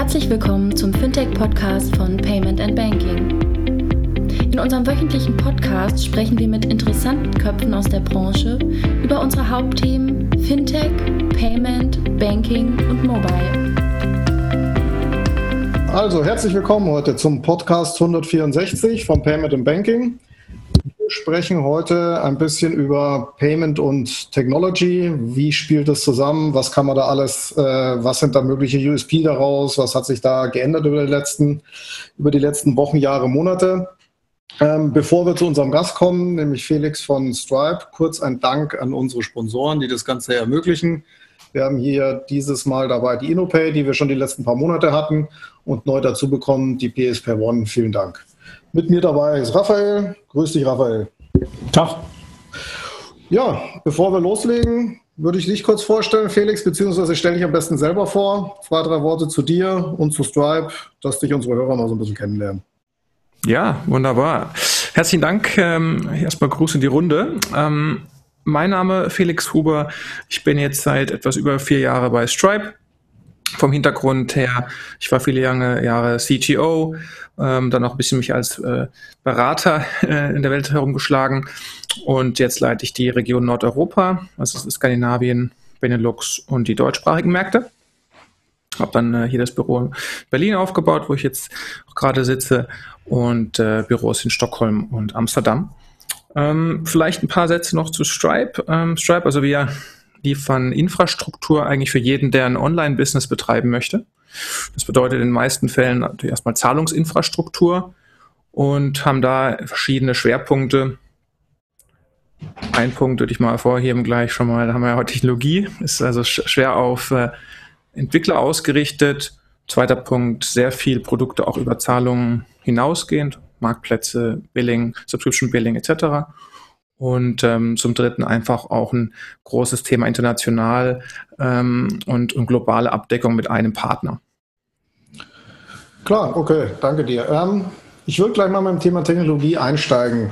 Herzlich willkommen zum Fintech-Podcast von Payment & Banking. In unserem wöchentlichen Podcast sprechen wir mit interessanten Köpfen aus der Branche über unsere Hauptthemen Fintech, Payment, Banking und Mobile. Also herzlich willkommen heute zum Podcast 164 von Payment & Banking. Wir sprechen heute ein bisschen über Payment und Technology. Wie spielt es zusammen? Was kann man da alles, was sind da mögliche USP daraus? Was hat sich da geändert über die letzten Wochen, Jahre, Monate? Bevor wir zu unserem Gast kommen, nämlich Felix von Stripe, kurz ein Dank an unsere Sponsoren, die das Ganze ermöglichen. Wir haben hier dieses Mal dabei die InnoPay, die wir schon die letzten paar Monate hatten und neu dazu bekommen die PSP One. Vielen Dank. Mit mir dabei ist Raphael. Grüß dich, Raphael. Tag. Ja, bevor wir loslegen, würde ich dich kurz vorstellen, Felix, beziehungsweise stell dich am besten selber vor. 2, 3 Worte zu dir und zu Stripe, dass dich unsere Hörer mal so ein bisschen kennenlernen. Ja, wunderbar. Herzlichen Dank. Erstmal Gruß in die Runde. Mein Name Felix Huber. Ich bin jetzt seit etwas über 4 Jahren bei Stripe. Vom Hintergrund her, ich war viele Jahre CTO, dann auch ein bisschen mich als Berater in der Welt herumgeschlagen und jetzt leite ich die Region Nordeuropa, also das ist Skandinavien, Benelux und die deutschsprachigen Märkte. Habe dann hier das Büro in Berlin aufgebaut, wo ich jetzt auch gerade sitze und Büros in Stockholm und Amsterdam. Vielleicht ein paar Sätze noch zu Stripe. Stripe, also wir liefern Infrastruktur eigentlich für jeden, der ein Online-Business betreiben möchte. Das bedeutet in den meisten Fällen natürlich erstmal Zahlungsinfrastruktur und haben da verschiedene Schwerpunkte. Ein Punkt würde ich mal hervorheben gleich schon mal, da haben wir ja heute Technologie, ist also schwer auf Entwickler ausgerichtet. Zweiter Punkt, sehr viel Produkte auch über Zahlungen hinausgehend, Marktplätze, Billing, Subscription Billing etc. Und zum Dritten einfach auch ein großes Thema international und globale Abdeckung mit einem Partner. Klar, okay, danke dir. Ich würde gleich mal mit dem Thema Technologie einsteigen.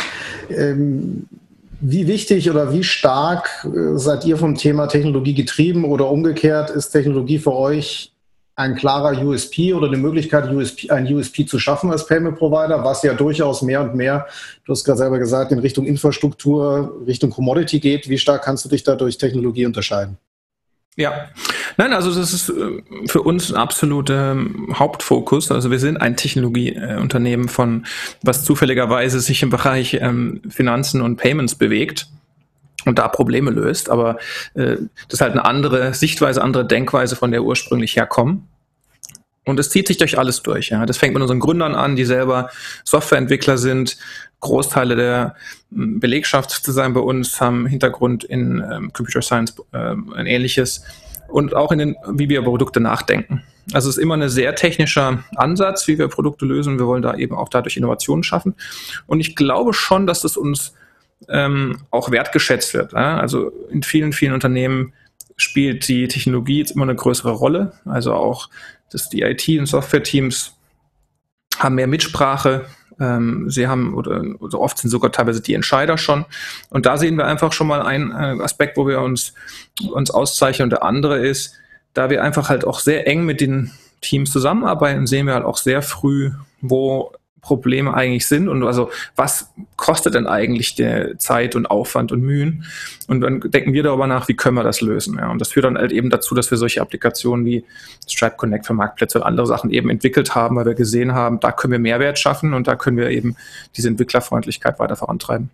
Wie wichtig oder wie stark seid ihr vom Thema Technologie getrieben oder umgekehrt ist Technologie für euch ein klarer USP oder eine Möglichkeit, ein USP zu schaffen als Payment Provider, was ja durchaus mehr und mehr, du hast gerade selber gesagt, in Richtung Infrastruktur, Richtung Commodity geht. Wie stark kannst du dich da durch Technologie unterscheiden? Ja, nein, also das ist für uns ein absoluter Hauptfokus. Also wir sind ein Technologieunternehmen was zufälligerweise sich im Bereich Finanzen und Payments bewegt und da Probleme löst, aber das ist halt eine andere Sichtweise, andere Denkweise, von der ursprünglich herkommen. Und es zieht sich durch alles durch. Ja. Das fängt mit unseren Gründern an, die selber Softwareentwickler sind. Großteile der Belegschaft sozusagen bei uns haben Hintergrund in Computer Science, ein ähnliches. Und auch wie wir über Produkte nachdenken. Also es ist immer ein sehr technischer Ansatz, wie wir Produkte lösen. Wir wollen da eben auch dadurch Innovationen schaffen. Und ich glaube schon, dass das uns auch wertgeschätzt wird. Ja? Also in vielen, vielen Unternehmen spielt die Technologie jetzt immer eine größere Rolle. Also auch, dass die IT- und Software-Teams haben mehr Mitsprache. Sie haben, oder oft sind sogar teilweise die Entscheider schon. Und da sehen wir einfach schon mal einen Aspekt, wo wir uns auszeichnen. Und der andere ist, da wir einfach halt auch sehr eng mit den Teams zusammenarbeiten, sehen wir halt auch sehr früh, wo Probleme eigentlich sind und also was kostet denn eigentlich der Zeit und Aufwand und Mühen und dann denken wir darüber nach, wie können wir das lösen, ja, und das führt dann halt eben dazu, dass wir solche Applikationen wie Stripe Connect für Marktplätze und andere Sachen eben entwickelt haben, weil wir gesehen haben, da können wir Mehrwert schaffen und da können wir eben diese Entwicklerfreundlichkeit weiter vorantreiben.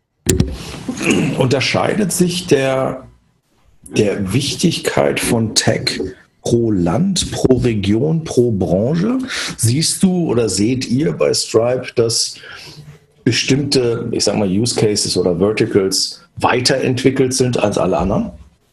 Unterscheidet sich der Wichtigkeit von Tech pro Land, pro Region, pro Branche? Siehst du oder seht ihr bei Stripe, dass bestimmte, ich sag mal, Use Cases oder Verticals weiterentwickelt sind als alle anderen?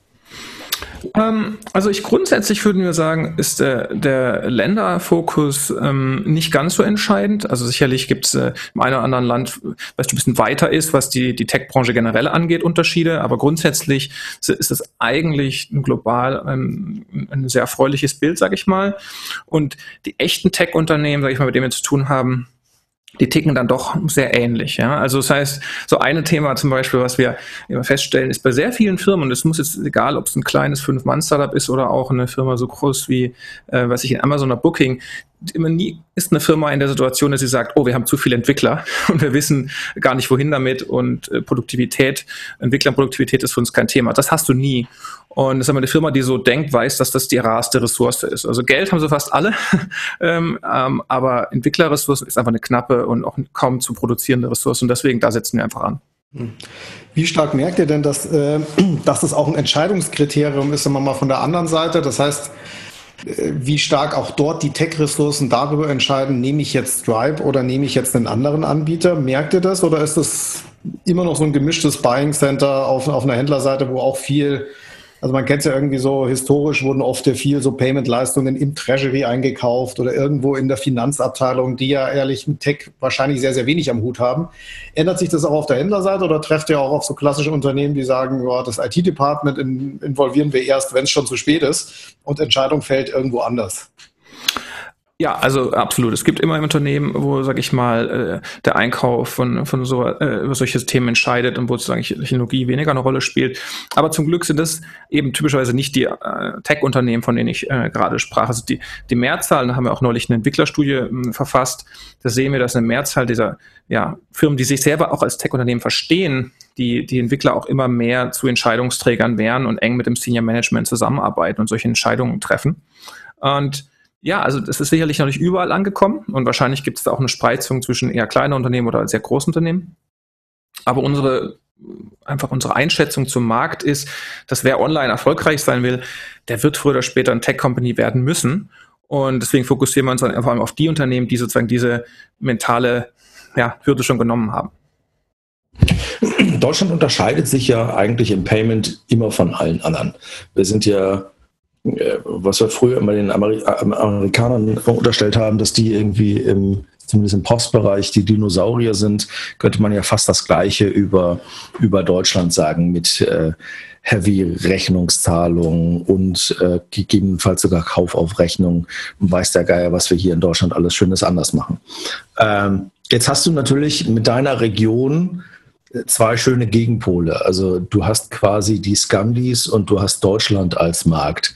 Also grundsätzlich würden wir sagen, ist der Länderfokus nicht ganz so entscheidend. Also sicherlich gibt es im einen oder anderen Land, was ein bisschen weiter ist, was die Tech-Branche generell angeht, Unterschiede. Aber grundsätzlich ist es eigentlich global ein sehr erfreuliches Bild, sage ich mal. Und die echten Tech-Unternehmen, sage ich mal, mit denen wir zu tun haben, die ticken dann doch sehr ähnlich. Ja? Also das heißt, so ein Thema zum Beispiel, was wir immer feststellen, ist bei sehr vielen Firmen, und es muss jetzt egal, ob es ein kleines 5-Mann-Startup ist oder auch eine Firma so groß wie, was ich in Amazon oder Booking, immer nie ist eine Firma in der Situation, dass sie sagt, oh, wir haben zu viele Entwickler und wir wissen gar nicht, wohin damit, und Entwicklerproduktivität ist für uns kein Thema. Das hast du nie. Und das ist aber eine Firma, die so denkt, weiß, dass das die rarste Ressource ist. Also Geld haben sie fast alle, aber Entwicklerressourcen ist einfach eine knappe und auch kaum zu produzierende Ressource, und deswegen, da setzen wir einfach an. Wie stark merkt ihr denn, dass das auch ein Entscheidungskriterium ist, immer mal von der anderen Seite? Das heißt, wie stark auch dort die Tech-Ressourcen darüber entscheiden, nehme ich jetzt Stripe oder nehme ich jetzt einen anderen Anbieter? Merkt ihr das, oder ist das immer noch so ein gemischtes Buying Center auf einer Händlerseite, wo auch viel, also man kennt es ja irgendwie so, historisch wurden oft viel so Payment-Leistungen im Treasury eingekauft oder irgendwo in der Finanzabteilung, die ja ehrlich mit Tech wahrscheinlich sehr, sehr wenig am Hut haben. Ändert sich das auch auf der Händlerseite, oder trefft ihr auch auf so klassische Unternehmen, die sagen, ja, das IT-Department involvieren wir erst, wenn es schon zu spät ist und Entscheidung fällt irgendwo anders? Ja, also absolut. Es gibt immer im Unternehmen, wo, sag ich mal, der Einkauf von so über solche Themen entscheidet und wo sozusagen Technologie weniger eine Rolle spielt. Aber zum Glück sind das eben typischerweise nicht die Tech-Unternehmen, von denen ich gerade sprach. Also die Mehrzahl, da haben wir auch neulich eine Entwicklerstudie verfasst, da sehen wir, dass eine Mehrzahl dieser Firmen, die sich selber auch als Tech-Unternehmen verstehen, die Entwickler auch immer mehr zu Entscheidungsträgern werden und eng mit dem Senior Management zusammenarbeiten und solche Entscheidungen treffen. Und ja, also das ist sicherlich noch nicht überall angekommen, und wahrscheinlich gibt es da auch eine Spreizung zwischen eher kleinen Unternehmen oder sehr großen Unternehmen. Aber unsere Einschätzung zum Markt ist, dass wer online erfolgreich sein will, der wird früher oder später eine Tech-Company werden müssen. Und deswegen fokussieren wir uns dann vor allem auf die Unternehmen, die sozusagen diese mentale Hürde schon genommen haben. Deutschland unterscheidet sich ja eigentlich im Payment immer von allen anderen. Wir sind ja, was wir früher immer den Amerikanern unterstellt haben, dass die irgendwie zumindest im Postbereich die Dinosaurier sind, könnte man ja fast das Gleiche über Deutschland sagen, mit Heavy-Rechnungszahlungen und gegebenenfalls sogar Kauf auf Rechnung. Und weiß der Geier, was wir hier in Deutschland alles Schönes anders machen. Jetzt hast du natürlich mit deiner Region zwei schöne Gegenpole. Also du hast quasi die Scandis und du hast Deutschland als Markt.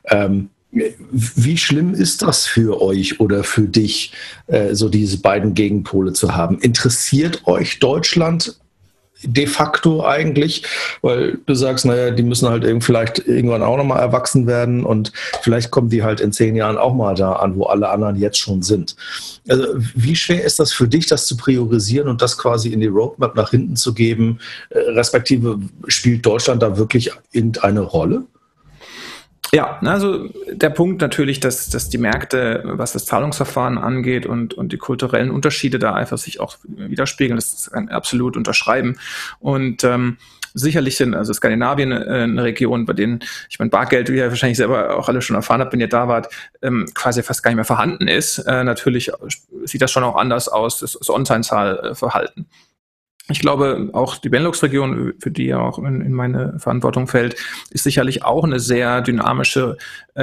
Wie schlimm ist das für euch oder für dich, so diese beiden Gegenpole zu haben? Interessiert euch Deutschland de facto eigentlich? Weil du sagst, naja, die müssen halt vielleicht irgendwann auch nochmal erwachsen werden und vielleicht kommen die halt in 10 Jahren auch mal da an, wo alle anderen jetzt schon sind. Also wie schwer ist das für dich, das zu priorisieren und das quasi in die Roadmap nach hinten zu geben? Respektive, spielt Deutschland da wirklich irgendeine Rolle? Ja, also der Punkt natürlich, dass die Märkte, was das Zahlungsverfahren angeht und die kulturellen Unterschiede da einfach sich auch widerspiegeln, das ist ein absolut unterschreiben. Und sicherlich sind also Skandinavien eine Region, bei denen, ich meine, Bargeld, wie ihr wahrscheinlich selber auch alle schon erfahren habt, wenn ihr da wart, quasi fast gar nicht mehr vorhanden ist. Natürlich sieht das schon auch anders aus, das On-Time-Zahlverhalten. Ich glaube, auch die Benelux-Region, für die ja auch in meine Verantwortung fällt, ist sicherlich auch eine sehr dynamische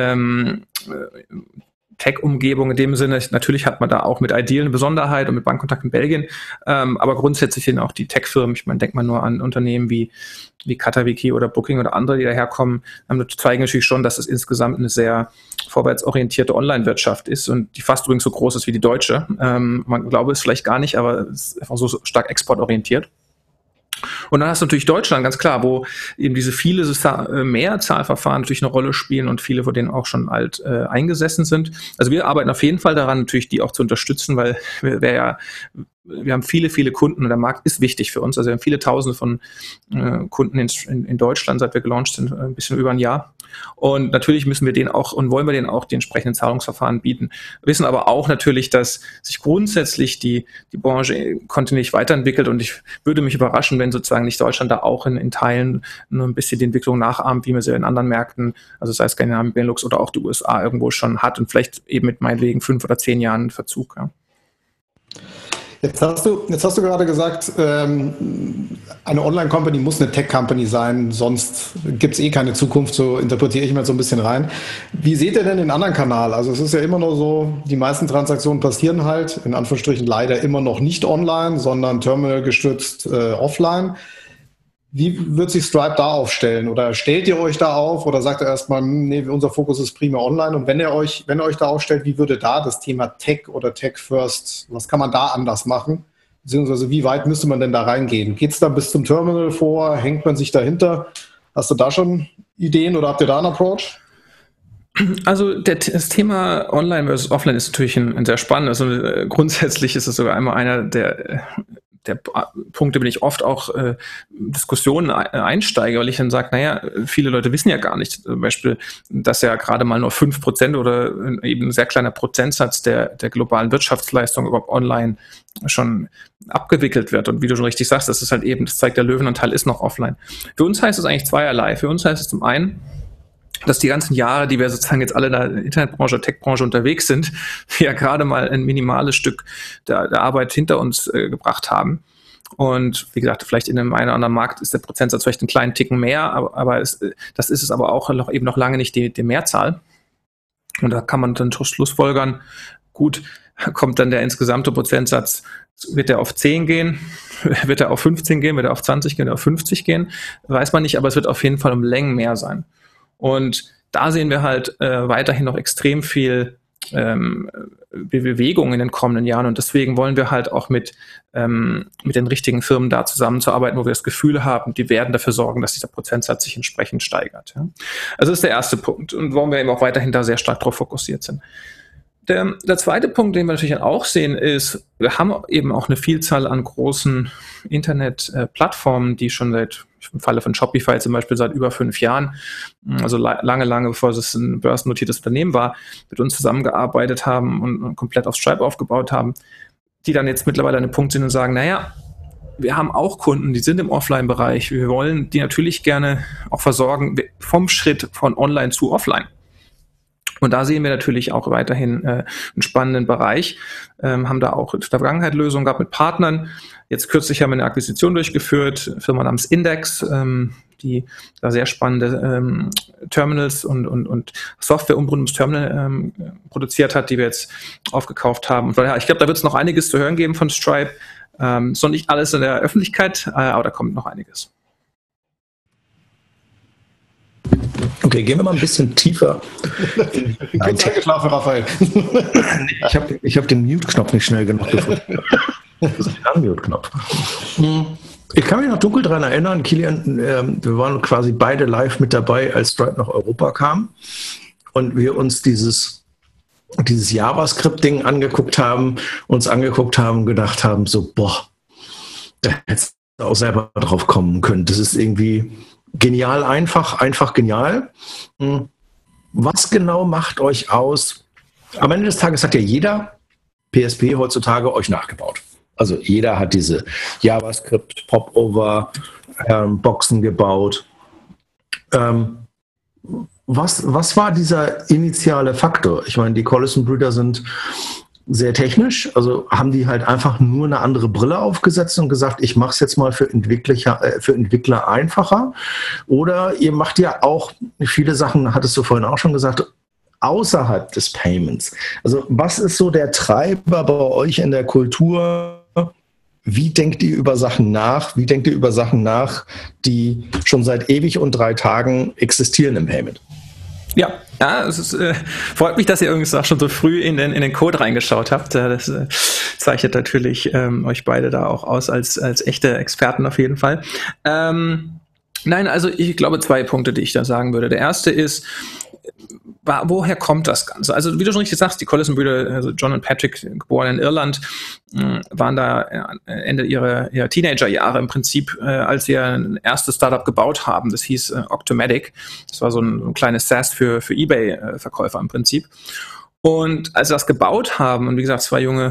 Tech-Umgebung in dem Sinne. Natürlich hat man da auch mit Ideal eine Besonderheit und mit Bankkontakt in Belgien, aber grundsätzlich sind auch die Tech-Firmen, ich meine, denkt man nur an Unternehmen wie Katawiki oder Booking oder andere, die daherkommen, zeigen natürlich schon, dass es insgesamt eine sehr vorwärtsorientierte Online-Wirtschaft ist und die fast übrigens so groß ist wie die deutsche. Man glaube es vielleicht gar nicht, aber es ist einfach so stark exportorientiert. Und dann hast du natürlich Deutschland, ganz klar, wo eben diese viele Mehrzahlverfahren natürlich eine Rolle spielen und viele von denen auch schon alt eingesessen sind. Also wir arbeiten auf jeden Fall daran, natürlich die auch zu unterstützen, weil wir haben viele, viele Kunden und der Markt ist wichtig für uns. Also wir haben viele Tausende von Kunden in Deutschland, seit wir gelauncht sind, ein bisschen über ein Jahr. Und natürlich müssen wir denen auch und wollen wir denen auch die entsprechenden Zahlungsverfahren bieten. Wir wissen aber auch natürlich, dass sich grundsätzlich die Branche kontinuierlich weiterentwickelt und ich würde mich überraschen, wenn sozusagen nicht Deutschland da auch in Teilen nur ein bisschen die Entwicklung nachahmt, wie man sie in anderen Märkten, also sei es Skandinavien, Benelux oder auch die USA irgendwo schon hat und vielleicht eben mit meinetwegen 5 oder 10 Jahren Verzug. Ja. Jetzt hast du gerade gesagt, eine Online-Company muss eine Tech-Company sein, sonst gibt es keine Zukunft, so interpretiere ich mal so ein bisschen rein. Wie seht ihr denn den anderen Kanal? Also es ist ja immer noch so, die meisten Transaktionen passieren halt, in Anführungsstrichen leider immer noch nicht online, sondern terminalgestützt offline. Wie wird sich Stripe da aufstellen? Oder stellt ihr euch da auf oder sagt ihr erstmal, nee, unser Fokus ist primär online? Und wenn ihr euch da aufstellt, wie würde da das Thema Tech oder Tech First, was kann man da anders machen? Beziehungsweise wie weit müsste man denn da reingehen? Geht es da bis zum Terminal vor? Hängt man sich dahinter? Hast du da schon Ideen oder habt ihr da einen Approach? Also das Thema Online versus Offline ist natürlich ein sehr spannendes. Also grundsätzlich ist es sogar einmal einer der Punkte, bin ich oft auch Diskussionen einsteige, weil ich dann sage, naja, viele Leute wissen ja gar nicht, zum Beispiel, dass ja gerade mal nur 5% oder eben ein sehr kleiner Prozentsatz der globalen Wirtschaftsleistung überhaupt online schon abgewickelt wird. Und wie du schon richtig sagst, das ist halt eben, das zeigt, der Löwenanteil ist noch offline. Für uns heißt es eigentlich zweierlei. Für uns heißt es zum einen, dass die ganzen Jahre, die wir sozusagen jetzt alle in der Internetbranche, Tech-Branche unterwegs sind, wir ja gerade mal ein minimales Stück der Arbeit hinter uns gebracht haben. Und wie gesagt, vielleicht in einem einen oder anderen Markt ist der Prozentsatz vielleicht einen kleinen Ticken mehr, aber das ist es aber auch eben noch lange nicht die Mehrzahl. Und da kann man dann schlussfolgern, gut, kommt dann der insgesamte Prozentsatz, wird er auf 10 gehen, wird er auf 15 gehen, wird er auf 20 gehen, wird er auf 50 gehen, weiß man nicht, aber es wird auf jeden Fall um Längen mehr sein. Und da sehen wir halt weiterhin noch extrem viel Bewegung in den kommenden Jahren. Und deswegen wollen wir halt auch mit den richtigen Firmen da zusammenzuarbeiten, wo wir das Gefühl haben, die werden dafür sorgen, dass dieser Prozentsatz sich entsprechend steigert. Ja. Also das ist der erste Punkt und warum wir eben auch weiterhin da sehr stark darauf fokussiert sind. Der zweite Punkt, den wir natürlich auch sehen, ist, wir haben eben auch eine Vielzahl an großen Internetplattformen, die schon im Falle von Shopify zum Beispiel seit über 5 Jahren, also lange bevor es ein börsennotiertes Unternehmen war, mit uns zusammengearbeitet haben und komplett auf Stripe aufgebaut haben, die dann jetzt mittlerweile an einem Punkt sind und sagen, naja, wir haben auch Kunden, die sind im Offline-Bereich, wir wollen die natürlich gerne auch versorgen vom Schritt von Online zu Offline. Und da sehen wir natürlich auch weiterhin einen spannenden Bereich, haben da auch in der Vergangenheit Lösungen gehabt mit Partnern. Jetzt kürzlich haben wir eine Akquisition durchgeführt, eine Firma namens Index, die da sehr spannende Terminals und Software um ums Terminal produziert hat, die wir jetzt aufgekauft haben. Und ja, ich glaube, da wird es noch einiges zu hören geben von Stripe. Ist noch nicht alles in der Öffentlichkeit, aber da kommt noch einiges. Okay, gehen wir mal ein bisschen tiefer. Kurz eingeschlafen, Raphael. Ich hab den Mute-Knopf nicht schnell genug gefunden. Das ist der Unmute-Knopf. Ich kann mich noch dunkel daran erinnern, Kilian, wir waren quasi beide live mit dabei, als Stripe nach Europa kam und wir uns dieses JavaScript-Ding angeguckt haben und gedacht haben, so, boah, da hättest du auch selber drauf kommen können. Das ist irgendwie genial, einfach genial. Was genau macht euch aus? Am Ende des Tages hat ja jeder PSP heutzutage euch nachgebaut. Also jeder hat diese JavaScript, Popover, Boxen gebaut. Was war dieser initiale Faktor? Ich meine, die Collison-Brüder sind sehr technisch, also haben die halt einfach nur eine andere Brille aufgesetzt und gesagt, ich mache es jetzt mal für Entwickler einfacher. Oder ihr macht ja auch viele Sachen, hattest du vorhin auch schon gesagt, außerhalb des Payments. Also was ist so der Treiber bei euch in der Kultur? Wie denkt ihr über Sachen nach? Wie denkt ihr über Sachen nach, die schon seit ewig und 3 Tagen existieren im Payment? Ja, es ist, freut mich, dass ihr übrigens auch schon so früh in den Code reingeschaut habt. Das zeichnet natürlich euch beide da auch aus als echte Experten auf jeden Fall. Nein, also ich glaube 2 Punkte, die ich da sagen würde. Der erste ist, woher kommt das Ganze? Also wie du schon richtig sagst, die Collison-Brüder, also John und Patrick, geboren in Irland, waren da Ende ihrer Teenagerjahre im Prinzip, als sie ein erstes Startup gebaut haben. Das hieß Octomatic. Das war so ein kleines SaaS für eBay-Verkäufer im Prinzip. Und als sie das gebaut haben, und wie gesagt, 2 junge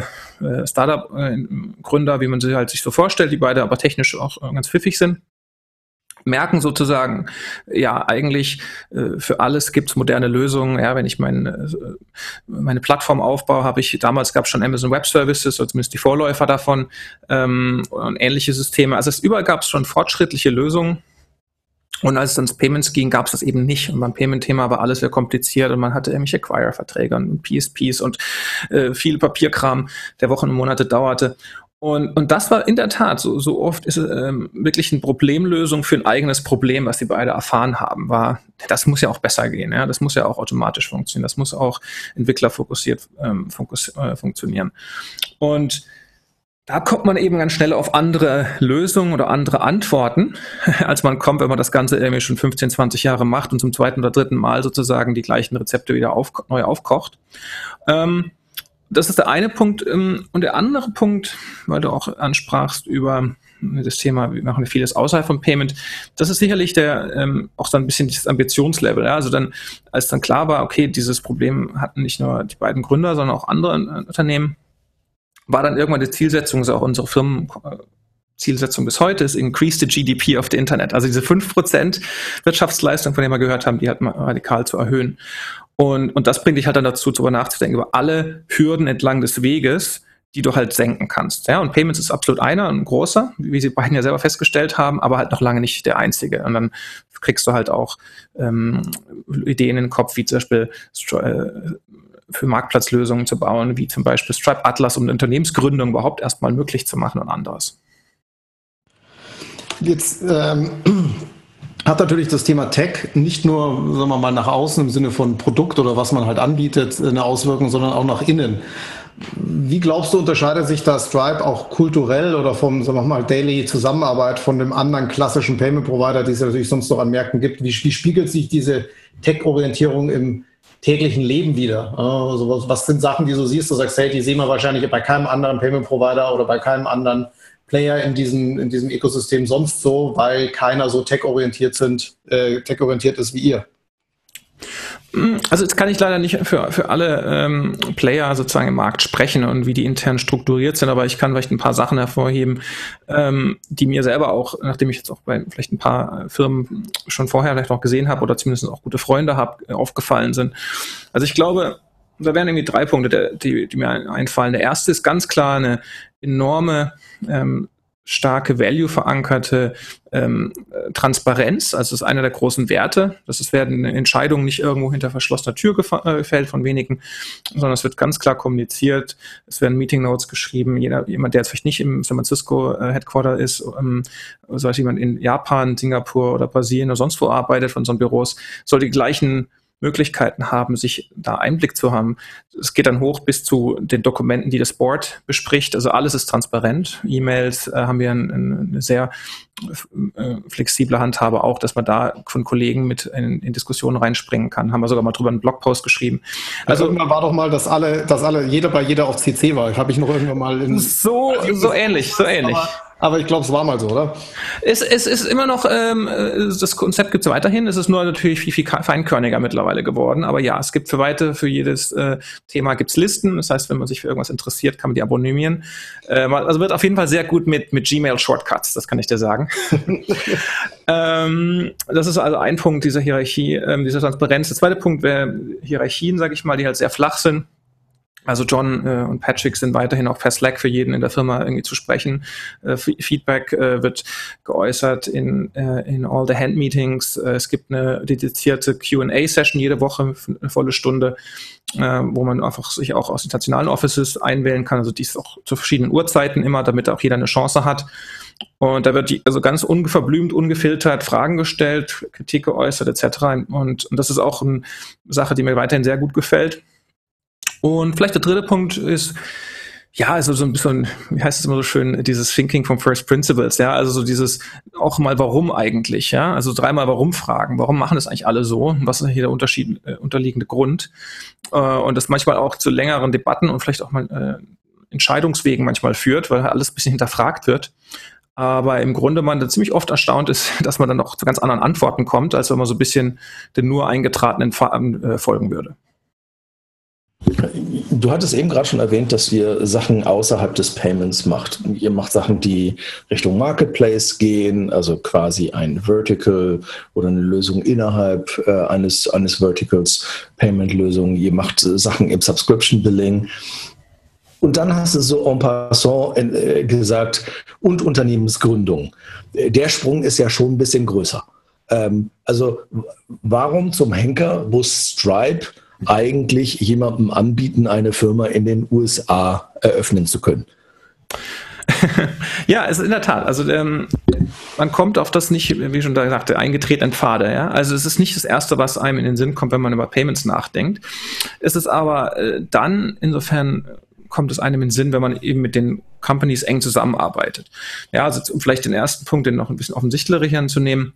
Startup-Gründer, wie man sie halt sich so vorstellt, die beide aber technisch auch ganz pfiffig sind, merken sozusagen, ja, eigentlich für alles gibt es moderne Lösungen. Ja, wenn ich meine Plattform aufbaue, damals gab es schon Amazon Web Services, oder zumindest die Vorläufer davon, und ähnliche Systeme. Also überall gab es schon fortschrittliche Lösungen. Und als es ans Payments ging, gab es das eben nicht. Und beim Payment-Thema war alles sehr kompliziert und man hatte irgendwelche Acquire-Verträge und PSPs und viel Papierkram, der Wochen und Monate dauerte. Und das war in der Tat, so oft ist es wirklich eine Problemlösung für ein eigenes Problem, was sie beide erfahren haben, das muss ja auch besser gehen, ja, das muss ja auch automatisch funktionieren, das muss auch entwicklerfokussiert funktionieren. Und da kommt man eben ganz schnell auf andere Lösungen oder andere Antworten, als man kommt, wenn man das Ganze irgendwie schon 15, 20 Jahre macht und zum zweiten oder dritten Mal sozusagen die gleichen Rezepte wieder neu aufkocht. Das ist der eine Punkt. Und der andere Punkt, weil du auch ansprachst über das Thema, wir machen vieles außerhalb vom Payment, das ist sicherlich auch so ein bisschen das Ambitionslevel. Ja? Also dann, als dann klar war, okay, dieses Problem hatten nicht nur die beiden Gründer, sondern auch andere Unternehmen, war dann irgendwann die Zielsetzung, so auch unsere Firmenzielsetzung bis heute, ist Increase the GDP of the Internet. Also diese 5% Wirtschaftsleistung, von der wir gehört haben, die halt mal radikal zu erhöhen. Und das bringt dich halt dann dazu, darüber nachzudenken, über alle Hürden entlang des Weges, die du halt senken kannst. Ja, und Payments ist absolut ein großer, wie sie beiden ja selber festgestellt haben, aber halt noch lange nicht der einzige. Und dann kriegst du halt auch Ideen in den Kopf, wie zum Beispiel für Marktplatzlösungen zu bauen, wie zum Beispiel Stripe Atlas, um eine Unternehmensgründung überhaupt erstmal möglich zu machen und anderes. Jetzt hat natürlich das Thema Tech nicht nur, sagen wir mal, nach außen im Sinne von Produkt oder was man halt anbietet, eine Auswirkung, sondern auch nach innen. Wie glaubst du, unterscheidet sich da Stripe auch kulturell oder vom, sagen wir mal, Daily Zusammenarbeit von dem anderen klassischen Payment-Provider, die es ja natürlich sonst noch an Märkten gibt? Wie spiegelt sich diese Tech-Orientierung im täglichen Leben wieder? Also was sind Sachen, die du siehst, du sagst, hey, die sehen wir wahrscheinlich bei keinem anderen Payment-Provider oder bei keinem anderen Player in diesem Ökosystem sonst so, weil keiner so tech-orientiert ist wie ihr? Also jetzt kann ich leider nicht für alle Player sozusagen im Markt sprechen und wie die intern strukturiert sind, aber ich kann vielleicht ein paar Sachen hervorheben, die mir selber auch, nachdem ich jetzt auch bei vielleicht ein paar Firmen schon vorher vielleicht auch gesehen habe oder zumindest auch gute Freunde habe, aufgefallen sind. Also ich glaube, da wären irgendwie 3 Punkte, die mir einfallen. Der erste ist ganz klar eine enorme, starke Value verankerte Transparenz. Also das ist einer der großen Werte. Es werden Entscheidungen nicht irgendwo hinter verschlossener Tür gefällt von wenigen, sondern es wird ganz klar kommuniziert. Es werden Meeting Notes geschrieben. Jemand, der jetzt vielleicht nicht im San Francisco Headquarter ist, also jemand in Japan, Singapur oder Brasilien oder sonst wo arbeitet von so einem Büros, soll die gleichen Möglichkeiten haben, sich da Einblick zu haben. Es geht dann hoch bis zu den Dokumenten, die das Board bespricht. Also alles ist transparent. E-Mails haben wir eine sehr flexible Handhabe auch, dass man da von Kollegen mit in Diskussionen reinspringen kann. Haben wir sogar mal drüber einen Blogpost geschrieben. Also irgendwann war doch mal, dass jeder bei jeder auf CC war. Habe ich noch irgendwann mal so ähnlich. Aber ich glaube, es war mal so, oder? Es ist immer noch, das Konzept gibt es weiterhin. Es ist nur natürlich viel feinkörniger mittlerweile geworden. Aber ja, es gibt für jedes Thema gibt's Listen. Das heißt, wenn man sich für irgendwas interessiert, kann man die abonnieren. Also wird auf jeden Fall sehr gut mit Gmail-Shortcuts, das kann ich dir sagen. Das ist also ein Punkt dieser Hierarchie, dieser Transparenz. Der zweite Punkt wäre Hierarchien, sage ich mal, die halt sehr flach sind. Also John und Patrick sind weiterhin auch per Slack für jeden in der Firma irgendwie zu sprechen. Feedback wird geäußert in all the hand Meetings. Es gibt eine dedizierte Q&A-Session jede Woche, eine volle Stunde, wo man einfach sich auch aus internationalen Offices einwählen kann. Also dies auch zu verschiedenen Uhrzeiten immer, damit auch jeder eine Chance hat. Und da wird also ganz unverblümt, ungefiltert Fragen gestellt, Kritik geäußert etc. Und das ist auch eine Sache, die mir weiterhin sehr gut gefällt. Und vielleicht der dritte Punkt ist, ja, also so ein bisschen, wie heißt es immer so schön, dieses Thinking from First Principles, ja, also so dieses auch mal warum eigentlich, ja, also 3-mal warum fragen, warum machen das eigentlich alle so, was ist hier der unterliegende Grund, und das manchmal auch zu längeren Debatten und vielleicht auch mal Entscheidungswegen manchmal führt, weil alles ein bisschen hinterfragt wird. Aber im Grunde man da ziemlich oft erstaunt ist, dass man dann auch zu ganz anderen Antworten kommt, als wenn man so ein bisschen den nur eingetretenen folgen würde. Du hattest eben gerade schon erwähnt, dass ihr Sachen außerhalb des Payments macht. Ihr macht Sachen, die Richtung Marketplace gehen, also quasi ein Vertical oder eine Lösung innerhalb eines Verticals, Payment-Lösungen. Ihr macht Sachen im Subscription-Billing. Und dann hast du so en passant gesagt, und Unternehmensgründung. Der Sprung ist ja schon ein bisschen größer. Also warum zum Henker muss Stripe eigentlich jemandem anbieten, eine Firma in den USA eröffnen zu können? Ja, es ist in der Tat. Also man kommt auf das nicht, wie schon da sagte, eingetretenen Pfade. Ja? Also es ist nicht das Erste, was einem in den Sinn kommt, wenn man über Payments nachdenkt. Es ist aber dann, insofern kommt es einem in den Sinn, wenn man eben mit den Companies eng zusammenarbeitet. Ja, also um vielleicht den ersten Punkt, den noch ein bisschen offensichtlicher zu nehmen,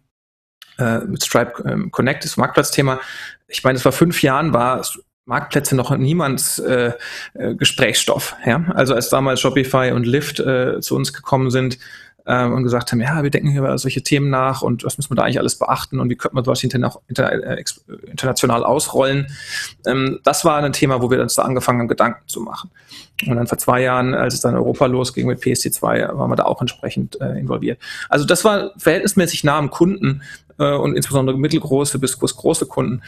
mit Stripe Connect, das Marktplatzthema. Ich meine, es war 5 Jahren, war Marktplätze noch niemands Gesprächsstoff. Ja? Also als damals Shopify und Lyft zu uns gekommen sind und gesagt haben, ja, wir denken über solche Themen nach und was müssen wir da eigentlich alles beachten und wie könnte man sowas international ausrollen. Das war ein Thema, wo wir uns da angefangen haben, Gedanken zu machen. Und dann vor 2 Jahren, als es dann in Europa losging mit PSD2, waren wir da auch entsprechend involviert. Also das war verhältnismäßig nah am Kunden und insbesondere mittelgroße bis große Kunden.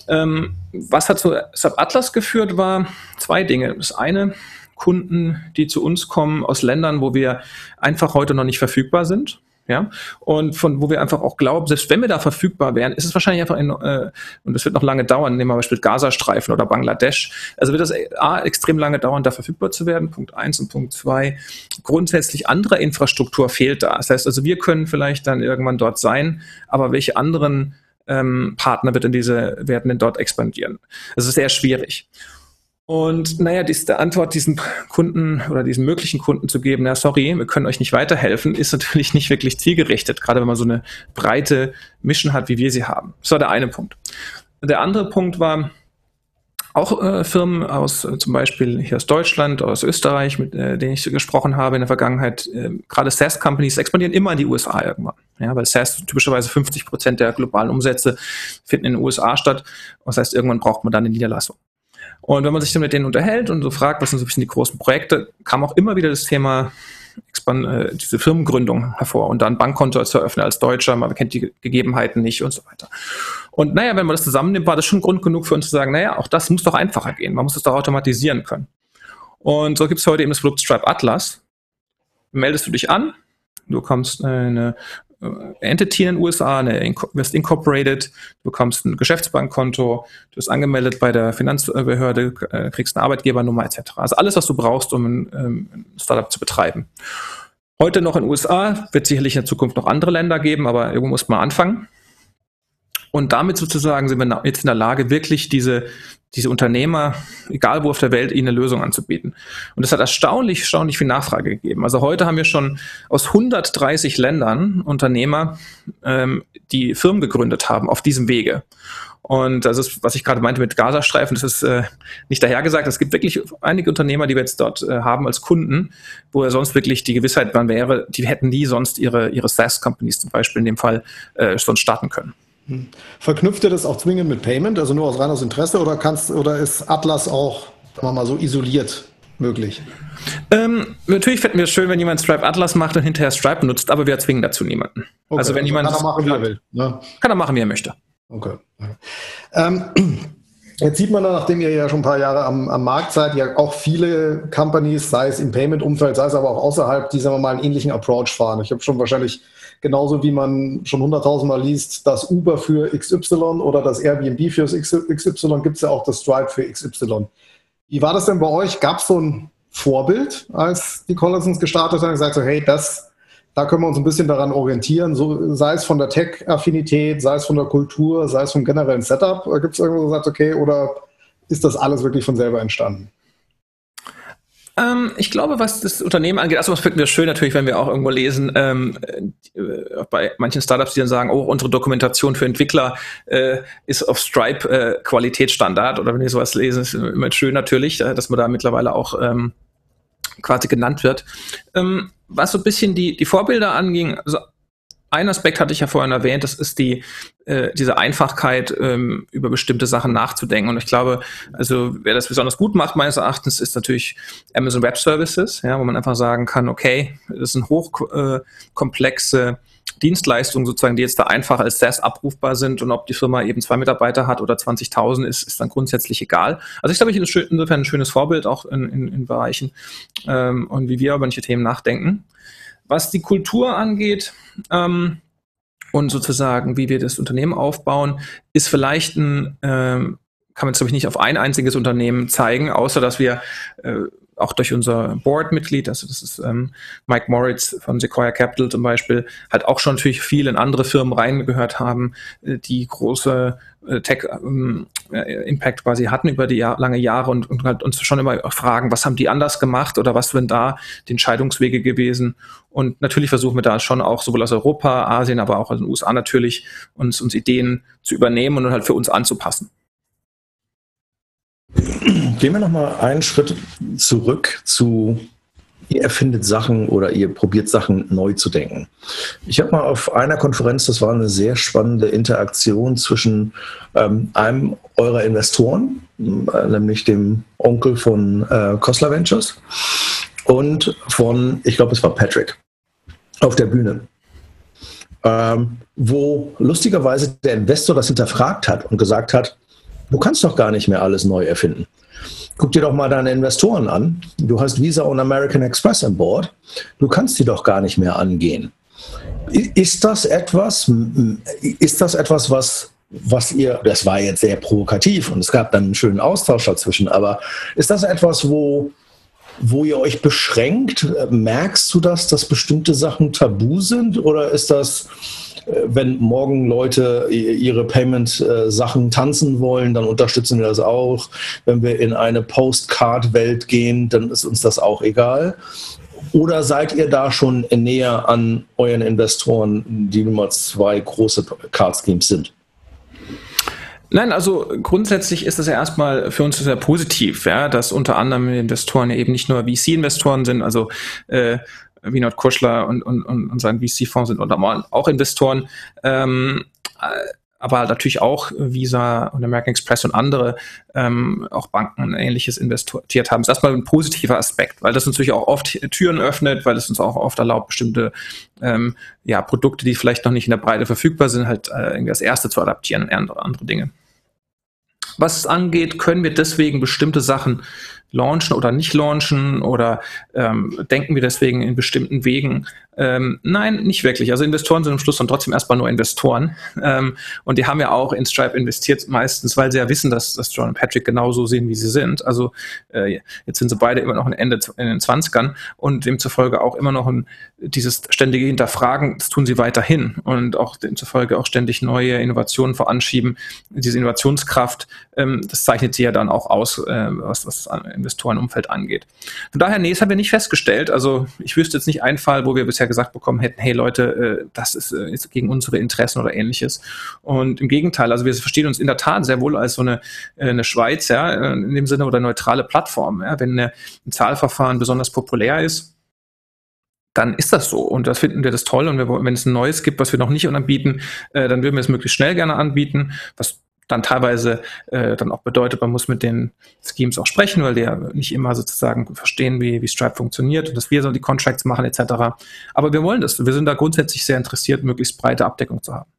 Was hat zu SAP Atlas geführt, war 2 Dinge. Das eine, Kunden, die zu uns kommen aus Ländern, wo wir einfach heute noch nicht verfügbar sind. Ja, und wo wir einfach auch glauben, selbst wenn wir da verfügbar wären, ist es wahrscheinlich einfach und es wird noch lange dauern, nehmen wir beispielsweise Gazastreifen oder Bangladesch. Also wird das extrem lange dauern, da verfügbar zu werden. Punkt 1 und Punkt 2. Grundsätzlich andere Infrastruktur fehlt da. Das heißt also, wir können vielleicht dann irgendwann dort sein, aber welche anderen Partner werden denn dort expandieren? Das ist sehr schwierig. Und diese Antwort diesen Kunden oder diesen möglichen Kunden zu geben, na sorry, wir können euch nicht weiterhelfen, ist natürlich nicht wirklich zielgerichtet, gerade wenn man so eine breite Mission hat, wie wir sie haben. Das war der eine Punkt. Der andere Punkt war auch Firmen aus zum Beispiel hier aus Deutschland, aus Österreich, mit denen ich gesprochen habe in der Vergangenheit, gerade SaaS-Companies expandieren immer in die USA irgendwann. Ja, weil SaaS typischerweise 50% der globalen Umsätze finden in den USA statt. Das heißt, irgendwann braucht man dann eine Niederlassung. Und wenn man sich dann mit denen unterhält und so fragt, was sind so ein bisschen die großen Projekte, kam auch immer wieder das Thema diese Firmengründung hervor und dann Bankkonto zu eröffnen als Deutscher, man kennt die Gegebenheiten nicht und so weiter. Und wenn man das zusammennimmt, war das schon Grund genug für uns zu sagen, auch das muss doch einfacher gehen, man muss das doch automatisieren können. Und so gibt es heute eben das Produkt Stripe Atlas. Meldest du dich an, du bekommst eine Entity in den USA, wirst incorporated, du bekommst ein Geschäftsbankkonto, du bist angemeldet bei der Finanzbehörde, kriegst eine Arbeitgebernummer etc. Also alles, was du brauchst, um ein Startup zu betreiben. Heute noch in den USA, wird sicherlich in der Zukunft noch andere Länder geben, aber irgendwo muss man anfangen. Und damit sozusagen sind wir jetzt in der Lage, wirklich diese Unternehmer, egal wo auf der Welt, ihnen eine Lösung anzubieten. Und das hat erstaunlich viel Nachfrage gegeben. Also heute haben wir schon aus 130 Ländern Unternehmer, die Firmen gegründet haben auf diesem Wege. Und das ist, was ich gerade meinte mit Gazastreifen, das ist nicht dahergesagt. Es gibt wirklich einige Unternehmer, die wir jetzt dort haben als Kunden, wo ja sonst wirklich die Gewissheit wäre, die hätten nie sonst ihre SaaS-Companies zum Beispiel in dem Fall sonst starten können. Verknüpft ihr das auch zwingend mit Payment, also nur aus reines Interesse, oder ist Atlas auch, sagen wir mal, so isoliert möglich? Natürlich fänden wir es schön, wenn jemand Stripe Atlas macht und hinterher Stripe nutzt, aber wir zwingen dazu niemanden. Okay, also wenn jemand kann er machen, wie er will. Ne? Kann er machen, wie er möchte. Okay. Jetzt sieht man, nachdem ihr ja schon ein paar Jahre am Markt seid, ja auch viele Companies, sei es im Payment-Umfeld, sei es aber auch außerhalb, die, sagen wir mal, einen ähnlichen Approach fahren. Ich habe schon wahrscheinlich genauso wie man schon 100.000 Mal liest, das Uber für XY oder das Airbnb für XY, gibt es ja auch das Stripe für XY. Wie war das denn bei euch? Gab es so ein Vorbild, als die Collinsons gestartet haben und gesagt so, hey, da können wir uns ein bisschen daran orientieren, so, sei es von der Tech-Affinität, sei es von der Kultur, sei es vom generellen Setup. Gibt es irgendwo, sagt, okay, oder ist das alles wirklich von selber entstanden? Ich glaube, was das Unternehmen angeht, das finden wir schön natürlich, wenn wir auch irgendwo lesen, bei manchen Startups, die dann sagen, unsere Dokumentation für Entwickler ist auf Stripe Qualitätsstandard, oder wenn ich sowas lese, ist immer schön natürlich, dass man da mittlerweile auch quasi genannt wird. Was so ein bisschen die Vorbilder anging, also Ein Aspekt hatte ich ja vorhin erwähnt, das ist diese Einfachheit, über bestimmte Sachen nachzudenken. Und ich glaube, also wer das besonders gut macht, meines Erachtens, ist natürlich Amazon Web Services, ja, wo man einfach sagen kann, okay, das sind hochkomplexe Dienstleistungen sozusagen, die jetzt da einfach als SaaS abrufbar sind, und ob die Firma eben 2 Mitarbeiter hat oder 20.000 ist dann grundsätzlich egal. Also ich glaube, insofern ein schönes Vorbild auch in Bereichen und wie wir über manche Themen nachdenken. Was die Kultur angeht und sozusagen, wie wir das Unternehmen aufbauen, ist vielleicht kann man es, glaube ich, nicht auf ein einziges Unternehmen zeigen, außer dass wir auch durch unser Board-Mitglied, also das ist Mike Moritz von Sequoia Capital zum Beispiel, halt auch schon natürlich viel in andere Firmen reingehört haben, die große Tech-Impact quasi hatten über die lange Jahre und halt uns schon immer fragen, was haben die anders gemacht oder was wären da die Entscheidungswege gewesen. Und natürlich versuchen wir da schon auch sowohl aus Europa, Asien, aber auch aus den USA natürlich uns Ideen zu übernehmen und halt für uns anzupassen. Gehen wir nochmal einen Schritt zurück zu, ihr erfindet Sachen oder ihr probiert Sachen neu zu denken. Ich habe mal auf einer Konferenz, das war eine sehr spannende Interaktion zwischen einem eurer Investoren, nämlich dem Onkel von Khosla Ventures, und von, ich glaube, es war Patrick, auf der Bühne. Wo lustigerweise der Investor das hinterfragt hat und gesagt hat, du kannst doch gar nicht mehr alles neu erfinden. Guck dir doch mal deine Investoren an. Du hast Visa und American Express an Bord. Du kannst die doch gar nicht mehr angehen. Ist das etwas, was ihr, das war jetzt sehr provokativ und es gab dann einen schönen Austausch dazwischen, aber ist das etwas, wo ihr euch beschränkt? Merkst du das, dass bestimmte Sachen tabu sind, oder ist das, wenn morgen Leute ihre Payment-Sachen tanzen wollen, dann unterstützen wir das auch. Wenn wir in eine Postcard-Welt gehen, dann ist uns das auch egal. Oder seid ihr da schon näher an euren Investoren, die Nummer 2 große Card-Schemes sind? Nein, also grundsätzlich ist das ja erstmal für uns sehr positiv, ja, dass unter anderem Investoren ja eben nicht nur VC-Investoren sind, also Vinod Khosla und sein VC-Fonds sind unter anderem auch Investoren, aber natürlich auch Visa und American Express und andere auch Banken und Ähnliches investiert haben. Das ist erstmal ein positiver Aspekt, weil das natürlich auch oft Türen öffnet, weil es uns auch oft erlaubt, bestimmte Produkte, die vielleicht noch nicht in der Breite verfügbar sind, halt irgendwie als erste zu adaptieren und andere Dinge. Was es angeht, können wir deswegen bestimmte Sachen launchen oder nicht launchen oder denken wir deswegen in bestimmten Wegen? Nein, nicht wirklich. Also Investoren sind am Schluss dann trotzdem erstmal nur Investoren. Und die haben ja auch in Stripe investiert meistens, weil sie ja wissen, dass John und Patrick genauso sehen, wie sie sind. Also jetzt sind sie beide immer noch in den 20ern und demzufolge auch immer noch dieses ständige Hinterfragen, das tun sie weiterhin und auch demzufolge auch ständig neue Innovationen voranschieben. Diese Innovationskraft, das zeichnet sie ja dann auch aus, was das Investorenumfeld angeht. Von daher, nee, das haben wir nicht festgestellt. Also ich wüsste jetzt nicht einen Fall, wo wir bisher gesagt bekommen hätten, hey Leute, das ist gegen unsere Interessen oder Ähnliches. Und im Gegenteil, also wir verstehen uns in der Tat sehr wohl als so eine Schweiz, ja, in dem Sinne, oder neutrale Plattform. Ja. Wenn ein Zahlverfahren besonders populär ist, dann ist das so. Und das finden wir das toll. Und wenn es ein neues gibt, was wir noch nicht anbieten, dann würden wir es möglichst schnell gerne anbieten, was dann teilweise dann auch bedeutet, man muss mit den Schemes auch sprechen, weil die ja nicht immer sozusagen verstehen, wie Stripe funktioniert und dass wir so die Contracts machen etc. Aber wir wollen das. Wir sind da grundsätzlich sehr interessiert, möglichst breite Abdeckung zu haben.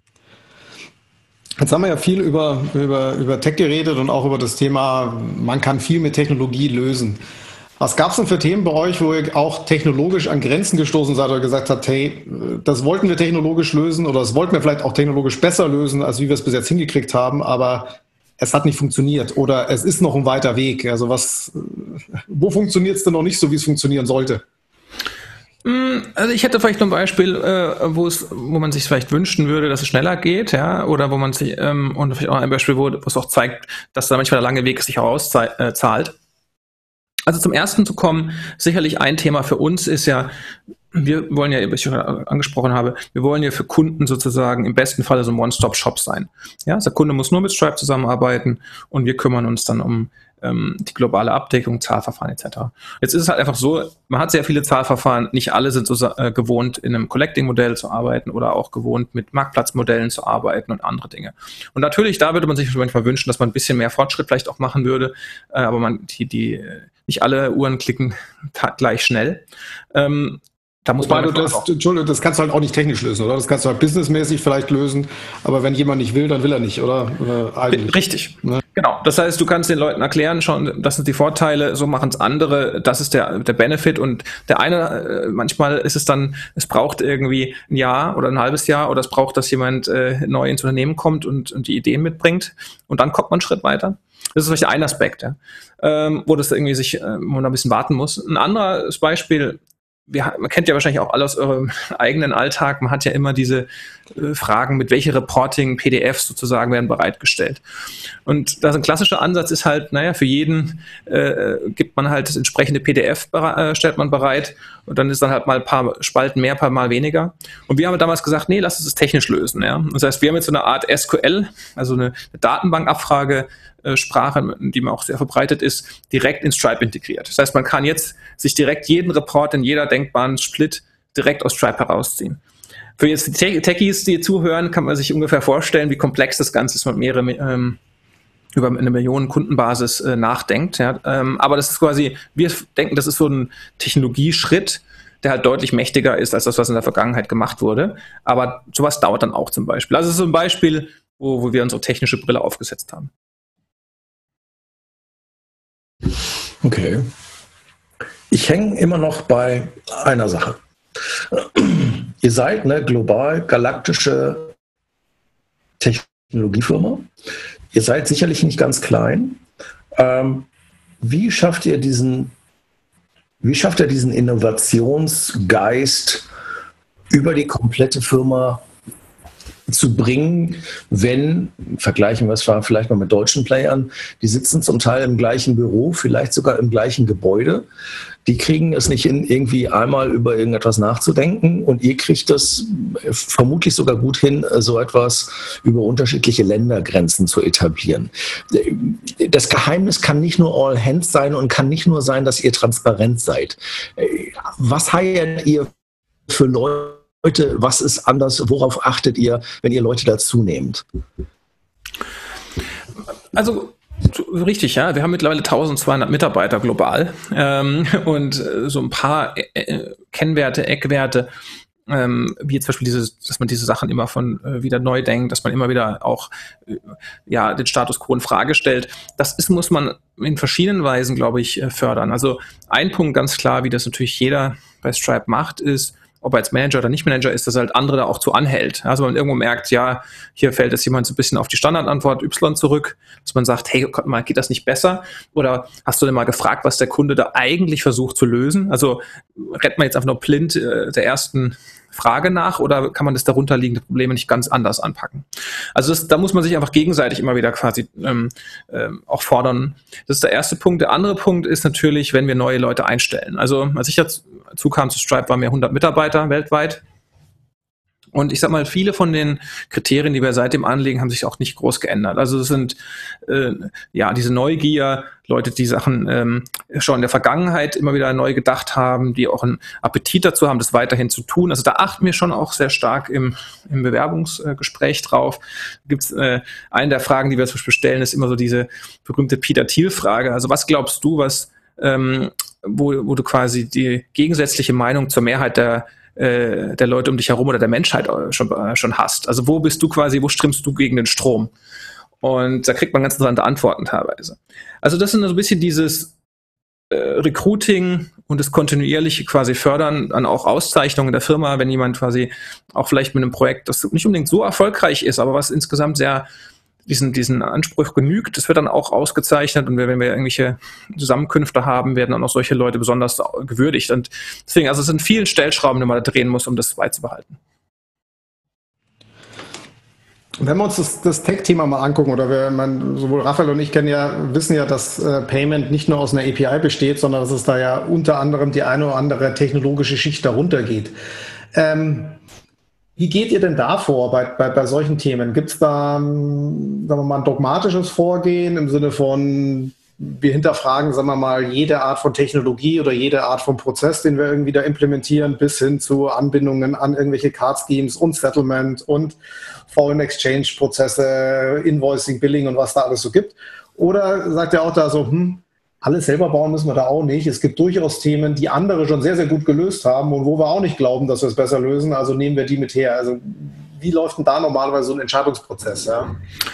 Jetzt haben wir ja viel über Tech geredet und auch über das Thema, man kann viel mit Technologie lösen. Was gab es denn für Themen bei euch, wo ihr auch technologisch an Grenzen gestoßen seid oder gesagt habt, hey, das wollten wir technologisch lösen oder das wollten wir vielleicht auch technologisch besser lösen, als wie wir es bis jetzt hingekriegt haben, aber es hat nicht funktioniert oder es ist noch ein weiter Weg. Also wo funktioniert es denn noch nicht so, wie es funktionieren sollte? Also ich hätte vielleicht noch ein Beispiel, wo man sich vielleicht wünschen würde, dass es schneller geht, ja, oder wo man sich, und vielleicht auch ein Beispiel, wo es auch zeigt, dass da manchmal der lange Weg sich herauszahlt. Also zum Ersten zu kommen, sicherlich ein Thema für uns ist ja, wir wollen ja, wie ich schon angesprochen habe, wir wollen ja für Kunden sozusagen im besten Fall so ein One-Stop-Shop sein. Ja, also der Kunde muss nur mit Stripe zusammenarbeiten und wir kümmern uns dann um die globale Abdeckung, Zahlverfahren etc. Jetzt ist es halt einfach so, man hat sehr viele Zahlverfahren, nicht alle sind so gewohnt, in einem Collecting-Modell zu arbeiten oder auch gewohnt, mit Marktplatzmodellen zu arbeiten und andere Dinge. Und natürlich, da würde man sich manchmal wünschen, dass man ein bisschen mehr Fortschritt vielleicht auch machen würde, aber nicht alle Uhren klicken gleich schnell. Da muss man Entschuldigung, das kannst du halt auch nicht technisch lösen, oder? Das kannst du halt businessmäßig vielleicht lösen, aber wenn jemand nicht will, dann will er nicht, oder? Eigentlich. Richtig, ne? Genau. Das heißt, du kannst den Leuten erklären, schon, das sind die Vorteile, so machen es andere, das ist der Benefit und der eine, manchmal ist es dann, es braucht irgendwie ein Jahr oder ein halbes Jahr oder es braucht, dass jemand neu ins Unternehmen kommt und die Ideen mitbringt und dann kommt man einen Schritt weiter. Das ist vielleicht ein Aspekt, ja, wo das irgendwie wo man ein bisschen warten muss. Ein anderes Beispiel, man kennt ja wahrscheinlich auch alle aus eurem eigenen Alltag, man hat ja immer diese Fragen, mit welche Reporting-PDFs sozusagen werden bereitgestellt. Und das ein klassischer Ansatz ist halt, für jeden gibt man halt das entsprechende PDF, stellt man bereit und dann ist dann halt mal ein paar Spalten mehr, ein paar Mal weniger. Und wir haben damals gesagt, nee, lass uns das technisch lösen. Ja? Das heißt, wir haben jetzt so eine Art SQL, also eine Datenbankabfrage, Sprache, die man auch sehr verbreitet ist, direkt in Stripe integriert. Das heißt, man kann jetzt sich direkt jeden Report in jeder denkbaren Split direkt aus Stripe herausziehen. Für jetzt die Techies, die zuhören, kann man sich ungefähr vorstellen, wie komplex das Ganze ist, man über eine Millionen Kundenbasis nachdenkt. Ja. Aber das ist quasi, wir denken, das ist so ein Technologieschritt, der halt deutlich mächtiger ist als das, was in der Vergangenheit gemacht wurde. Aber sowas dauert dann auch zum Beispiel. Also es ist so ein Beispiel, wo wir unsere technische Brille aufgesetzt haben. Okay. Ich hänge immer noch bei einer Sache. Ihr seid eine global galaktische Technologiefirma. Ihr seid sicherlich nicht ganz klein. Wie schafft ihr diesen Innovationsgeist über die komplette Firma zu bringen, vergleichen wir es vielleicht mal mit deutschen Playern, die sitzen zum Teil im gleichen Büro, vielleicht sogar im gleichen Gebäude, die kriegen es nicht hin, irgendwie einmal über irgendetwas nachzudenken und ihr kriegt das vermutlich sogar gut hin, so etwas über unterschiedliche Ländergrenzen zu etablieren. Das Geheimnis kann nicht nur all hands sein und kann nicht nur sein, dass ihr transparent seid. Was heiert ihr für Leute? Was ist anders? Worauf achtet ihr, wenn ihr Leute dazu nehmt? Also richtig, ja. Wir haben mittlerweile 1200 Mitarbeiter global und so ein paar Kennwerte, Eckwerte, wie zum Beispiel dass man diese Sachen immer wieder neu denkt, dass man immer wieder auch den Status quo in Frage stellt. Muss man in verschiedenen Weisen, glaube ich, fördern. Also ein Punkt ganz klar, wie das natürlich jeder bei Stripe macht, ist, ob er jetzt Manager oder nicht Manager ist, dass halt andere da auch zu anhält. Also man irgendwo merkt, ja, hier fällt jetzt jemand so ein bisschen auf die Standardantwort Y zurück, dass man sagt, hey, Gott, mal, geht das nicht besser? Oder hast du denn mal gefragt, was der Kunde da eigentlich versucht zu lösen? Also rennt man jetzt einfach nur blind der ersten Frage nach oder kann man das darunterliegende Probleme nicht ganz anders anpacken? Also da muss man sich einfach gegenseitig immer wieder quasi auch fordern. Das ist der erste Punkt. Der andere Punkt ist natürlich, wenn wir neue Leute einstellen. Also als ich dazu kam zu Stripe, waren wir 100 Mitarbeiter weltweit. Und ich sag mal, viele von den Kriterien, die wir seitdem anlegen, haben sich auch nicht groß geändert. Also es sind diese Neugier, Leute, die Sachen schon in der Vergangenheit immer wieder neu gedacht haben, die auch einen Appetit dazu haben, das weiterhin zu tun. Also da achten wir schon auch sehr stark im Bewerbungsgespräch drauf. Gibt's eine der Fragen, die wir zum Beispiel stellen, ist immer so diese berühmte Peter Thiel-Frage. Also was glaubst du, wo du quasi die gegensätzliche Meinung zur Mehrheit der Leute um dich herum oder der Menschheit schon hast. Also wo strimmst du gegen den Strom? Und da kriegt man ganz interessante Antworten teilweise. Also das sind so ein bisschen dieses Recruiting und das kontinuierliche quasi Fördern an auch Auszeichnungen der Firma, wenn jemand quasi auch vielleicht mit einem Projekt, das nicht unbedingt so erfolgreich ist, aber was insgesamt sehr diesen Anspruch genügt, das wird dann auch ausgezeichnet und wenn wir irgendwelche Zusammenkünfte haben, werden dann auch solche Leute besonders gewürdigt und deswegen, also es sind vielen Stellschrauben, die man da drehen muss, um das beizubehalten. Wenn wir uns das Tech-Thema mal angucken, sowohl Raphael und ich wissen ja, dass Payment nicht nur aus einer API besteht, sondern dass es da ja unter anderem die eine oder andere technologische Schicht darunter geht. Wie geht ihr denn da vor bei solchen Themen? Gibt es da, sagen wir mal, ein dogmatisches Vorgehen im Sinne von, wir hinterfragen, sagen wir mal, jede Art von Technologie oder jede Art von Prozess, den wir irgendwie da implementieren, bis hin zu Anbindungen an irgendwelche Card-Schemes und Settlement und Foreign Exchange-Prozesse, Invoicing, Billing und was da alles so gibt? Oder sagt ihr auch da so, alles selber bauen müssen wir da auch nicht. Es gibt durchaus Themen, die andere schon sehr, sehr gut gelöst haben und wo wir auch nicht glauben, dass wir es besser lösen, also nehmen wir die mit her. Also wie läuft denn da normalerweise so ein Entscheidungsprozess? Ja?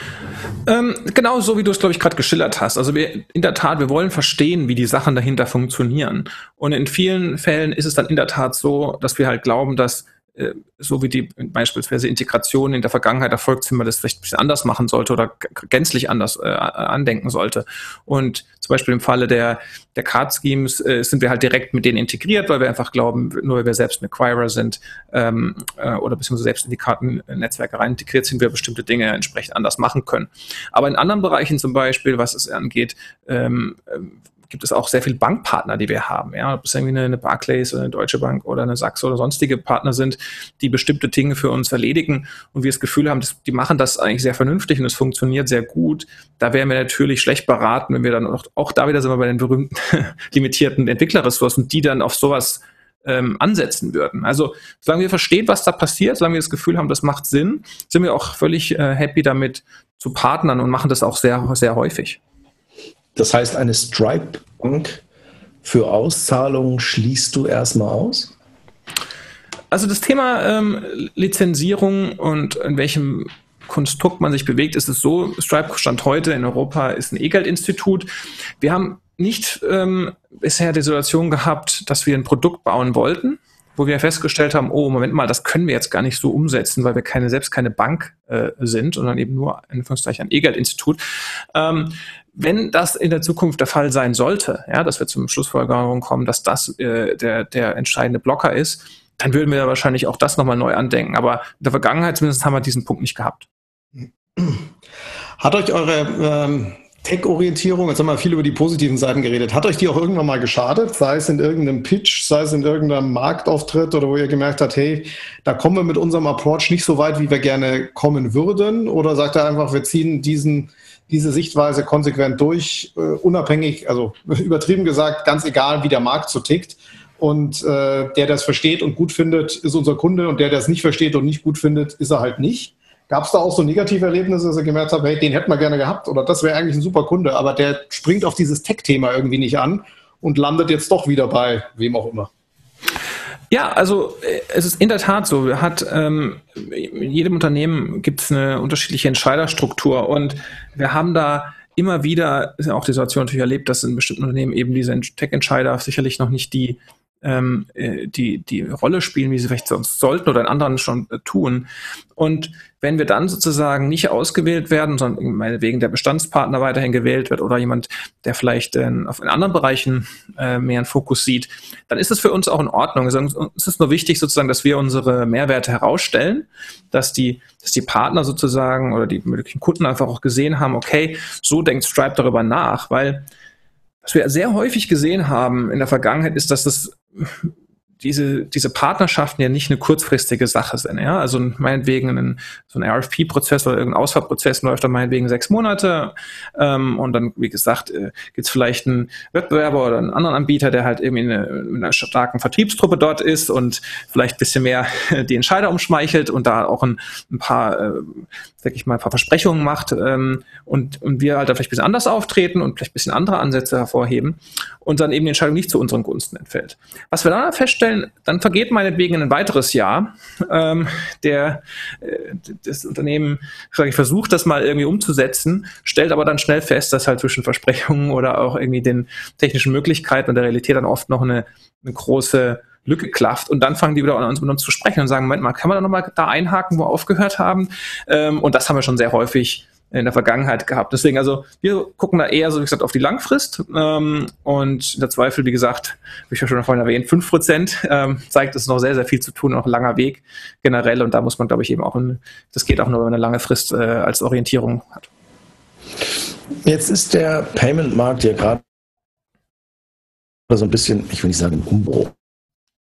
Genau so, wie du es, glaube ich, gerade geschildert hast. Also wir wollen verstehen, wie die Sachen dahinter funktionieren. Und in vielen Fällen ist es dann in der Tat so, dass wir halt glauben, dass so wie die beispielsweise Integration in der Vergangenheit erfolgt sind, man das vielleicht ein bisschen anders machen sollte oder gänzlich anders andenken sollte. Und zum Beispiel im Falle der Card-Schemes sind wir halt direkt mit denen integriert, weil wir einfach glauben, nur weil wir selbst ein Acquirer sind oder beziehungsweise selbst in die Kartennetzwerke rein integriert sind, wir bestimmte Dinge entsprechend anders machen können. Aber in anderen Bereichen zum Beispiel, was es angeht, gibt es auch sehr viele Bankpartner, die wir haben. Ja, ob es irgendwie eine Barclays oder eine Deutsche Bank oder eine Saxo oder sonstige Partner sind, die bestimmte Dinge für uns erledigen und wir das Gefühl haben, die machen das eigentlich sehr vernünftig und es funktioniert sehr gut. Da wären wir natürlich schlecht beraten, wenn wir dann auch da wieder sind wir bei den berühmten limitierten Entwicklerressourcen, die dann auf sowas ansetzen würden. Also solange wir verstehen, was da passiert, solange wir das Gefühl haben, das macht Sinn, sind wir auch völlig happy damit zu partnern und machen das auch sehr, sehr häufig. Das heißt, eine Stripe-Bank für Auszahlungen schließt du erstmal aus? Also das Thema Lizenzierung und in welchem Konstrukt man sich bewegt, ist es so, Stripe Stand heute in Europa ist ein E-Geld-Institut. Wir haben nicht bisher die Situation gehabt, dass wir ein Produkt bauen wollten, wo wir festgestellt haben, oh, Moment mal, das können wir jetzt gar nicht so umsetzen, weil wir selbst keine Bank sind, sondern eben nur in Anführungszeichen ein E-Geld-Institut. Wenn das in der Zukunft der Fall sein sollte, ja, dass wir zum Schlussfolgerung kommen, dass das der entscheidende Blocker ist, dann würden wir wahrscheinlich auch das nochmal neu andenken. Aber in der Vergangenheit zumindest haben wir diesen Punkt nicht gehabt. Hat euch eure Tech-Orientierung, jetzt haben wir viel über die positiven Seiten geredet, hat euch die auch irgendwann mal geschadet? Sei es in irgendeinem Pitch, sei es in irgendeinem Marktauftritt oder wo ihr gemerkt habt, hey, da kommen wir mit unserem Approach nicht so weit, wie wir gerne kommen würden? Oder sagt ihr einfach, wir ziehen diese Sichtweise konsequent durch, unabhängig, also übertrieben gesagt, ganz egal, wie der Markt so tickt. Und der das versteht und gut findet, ist unser Kunde und der das nicht versteht und nicht gut findet, ist er halt nicht. Gab es da auch so negative Erlebnisse, dass ihr gemerkt habt, hey, den hätten wir gerne gehabt oder das wäre eigentlich ein super Kunde, aber der springt auf dieses Tech-Thema irgendwie nicht an und landet jetzt doch wieder bei wem auch immer? Ja, also es ist in der Tat so. In jedem Unternehmen gibt es eine unterschiedliche Entscheiderstruktur und wir haben da immer wieder auch die Situation natürlich erlebt, dass in bestimmten Unternehmen eben diese Tech-Entscheider sicherlich noch nicht die Rolle spielen, wie sie vielleicht sonst sollten oder in anderen schon tun. Und wenn wir dann sozusagen nicht ausgewählt werden, sondern meinetwegen der Bestandspartner weiterhin gewählt wird oder jemand, der vielleicht in anderen Bereichen mehr einen Fokus sieht, dann ist es für uns auch in Ordnung. Also, es ist nur wichtig sozusagen, dass wir unsere Mehrwerte herausstellen, dass die Partner sozusagen oder die möglichen Kunden einfach auch gesehen haben, okay, so denkt Stripe darüber nach, weil was wir sehr häufig gesehen haben in der Vergangenheit ist, dass diese Partnerschaften ja nicht eine kurzfristige Sache sind. Ja? Also meinetwegen so ein RFP-Prozess oder irgendein Auswahlprozess läuft dann meinetwegen 6 Monate und dann, wie gesagt, gibt es vielleicht einen Wettbewerber oder einen anderen Anbieter, der halt irgendwie mit einer starken Vertriebstruppe dort ist und vielleicht ein bisschen mehr die Entscheider umschmeichelt und da auch ein paar, sag ich mal, ein paar Versprechungen macht und wir halt da vielleicht ein bisschen anders auftreten und vielleicht ein bisschen andere Ansätze hervorheben und dann eben die Entscheidung nicht zu unseren Gunsten entfällt. Was wir dann feststellen, dann vergeht meinetwegen ein weiteres Jahr. Das Unternehmen versucht das mal irgendwie umzusetzen, stellt aber dann schnell fest, dass halt zwischen Versprechungen oder auch irgendwie den technischen Möglichkeiten und der Realität dann oft noch eine große Lücke klafft und dann fangen die wieder an mit uns zu sprechen und sagen, Moment mal, kann man da nochmal da einhaken, wo wir aufgehört haben? Und das haben wir schon sehr häufig in der Vergangenheit gehabt. Deswegen, also wir gucken da eher, so wie gesagt, auf die Langfrist und der Zweifel, wie gesagt, wie ich ja schon vorhin erwähnt, 5% zeigt, es ist noch sehr, sehr viel zu tun, noch ein langer Weg generell und da muss man, glaube ich, eben auch, das geht auch nur, wenn man eine lange Frist als Orientierung hat. Jetzt ist der Payment-Markt ja gerade so ein bisschen, ich will nicht sagen im Umbruch,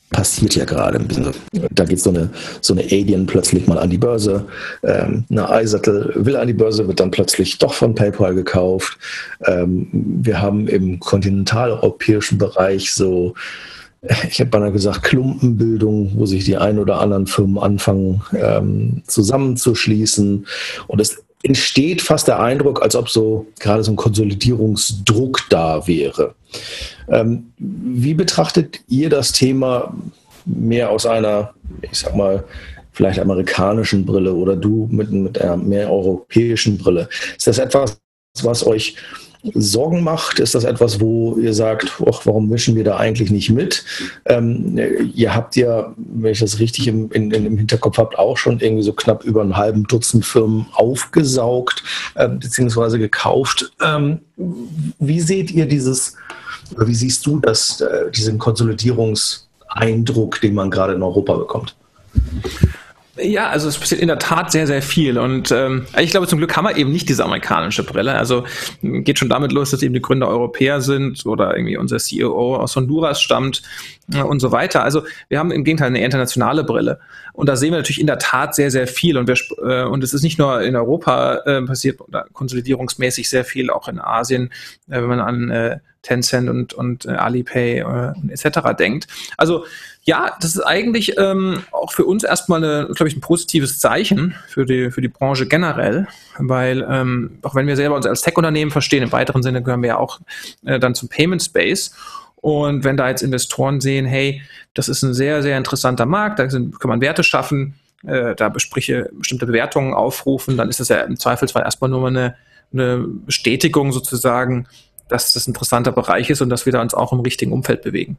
passiert ja gerade. Da geht so eine Alien plötzlich mal an die Börse. Eine iSettle will an die Börse, wird dann plötzlich doch von PayPal gekauft. Wir haben im kontinentaleuropäischen Bereich so, ich habe beinahe gesagt, Klumpenbildung, wo sich die ein oder anderen Firmen anfangen zusammenzuschließen. Und es entsteht fast der Eindruck, als ob so gerade so ein Konsolidierungsdruck da wäre. Wie betrachtet ihr das Thema mehr aus einer, ich sag mal, vielleicht amerikanischen Brille oder du mit einer mehr europäischen Brille? Ist das etwas, was euch Sorgen macht? Ist das etwas, wo ihr sagt, warum mischen wir da eigentlich nicht mit? Ihr habt ja, wenn ich das richtig im Hinterkopf habe, auch schon irgendwie so knapp über ein halben Dutzend Firmen aufgesaugt beziehungsweise gekauft. Wie seht ihr wie siehst du diesen Konsolidierungseindruck, den man gerade in Europa bekommt? Ja, also es passiert in der Tat sehr, sehr viel und ich glaube, zum Glück haben wir eben nicht diese amerikanische Brille. Also geht schon damit los, dass eben die Gründer Europäer sind oder irgendwie unser CEO aus Honduras stammt und so weiter. Also wir haben im Gegenteil eine internationale Brille und da sehen wir natürlich in der Tat sehr, sehr viel und es ist nicht nur in Europa passiert oder konsolidierungsmäßig sehr viel, auch in Asien, wenn man an Tencent und Alipay etc. denkt. Also ja, das ist eigentlich auch für uns erstmal, glaube ich, ein positives Zeichen für die Branche generell, weil auch wenn wir selber uns als Tech-Unternehmen verstehen, im weiteren Sinne gehören wir ja auch dann zum Payment Space. Und wenn da jetzt Investoren sehen, hey, das ist ein sehr, sehr interessanter Markt, da kann man Werte schaffen, da bestimmte Bewertungen aufrufen, dann ist das ja im Zweifelsfall erstmal nur mal eine Bestätigung sozusagen, dass das ein interessanter Bereich ist und dass wir da uns auch im richtigen Umfeld bewegen.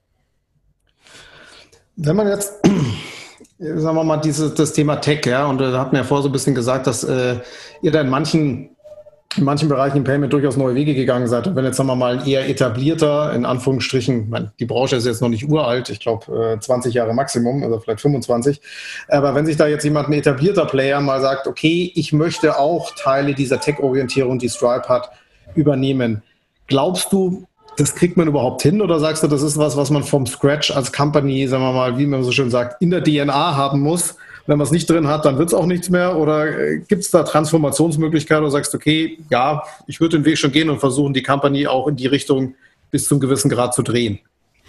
Wenn man jetzt, sagen wir mal, das Thema Tech, ja, und da hat mir ja vorher so ein bisschen gesagt, dass ihr da in manchen Bereichen im Payment durchaus neue Wege gegangen seid. Und wenn jetzt, sagen wir mal, eher etablierter, in Anführungsstrichen, die Branche ist jetzt noch nicht uralt, ich glaube 20 Jahre Maximum, also vielleicht 25. Aber wenn sich da jetzt jemand, ein etablierter Player, mal sagt, okay, ich möchte auch Teile dieser Tech-Orientierung, die Stripe hat, übernehmen. Glaubst du, das kriegt man überhaupt hin oder sagst du, das ist was man vom Scratch als Company, sagen wir mal, wie man so schön sagt, in der DNA haben muss? Wenn man es nicht drin hat, dann wird es auch nichts mehr? Oder gibt es da Transformationsmöglichkeiten oder sagst du, okay, ja, ich würde den Weg schon gehen und versuchen, die Company auch in die Richtung bis zum gewissen Grad zu drehen?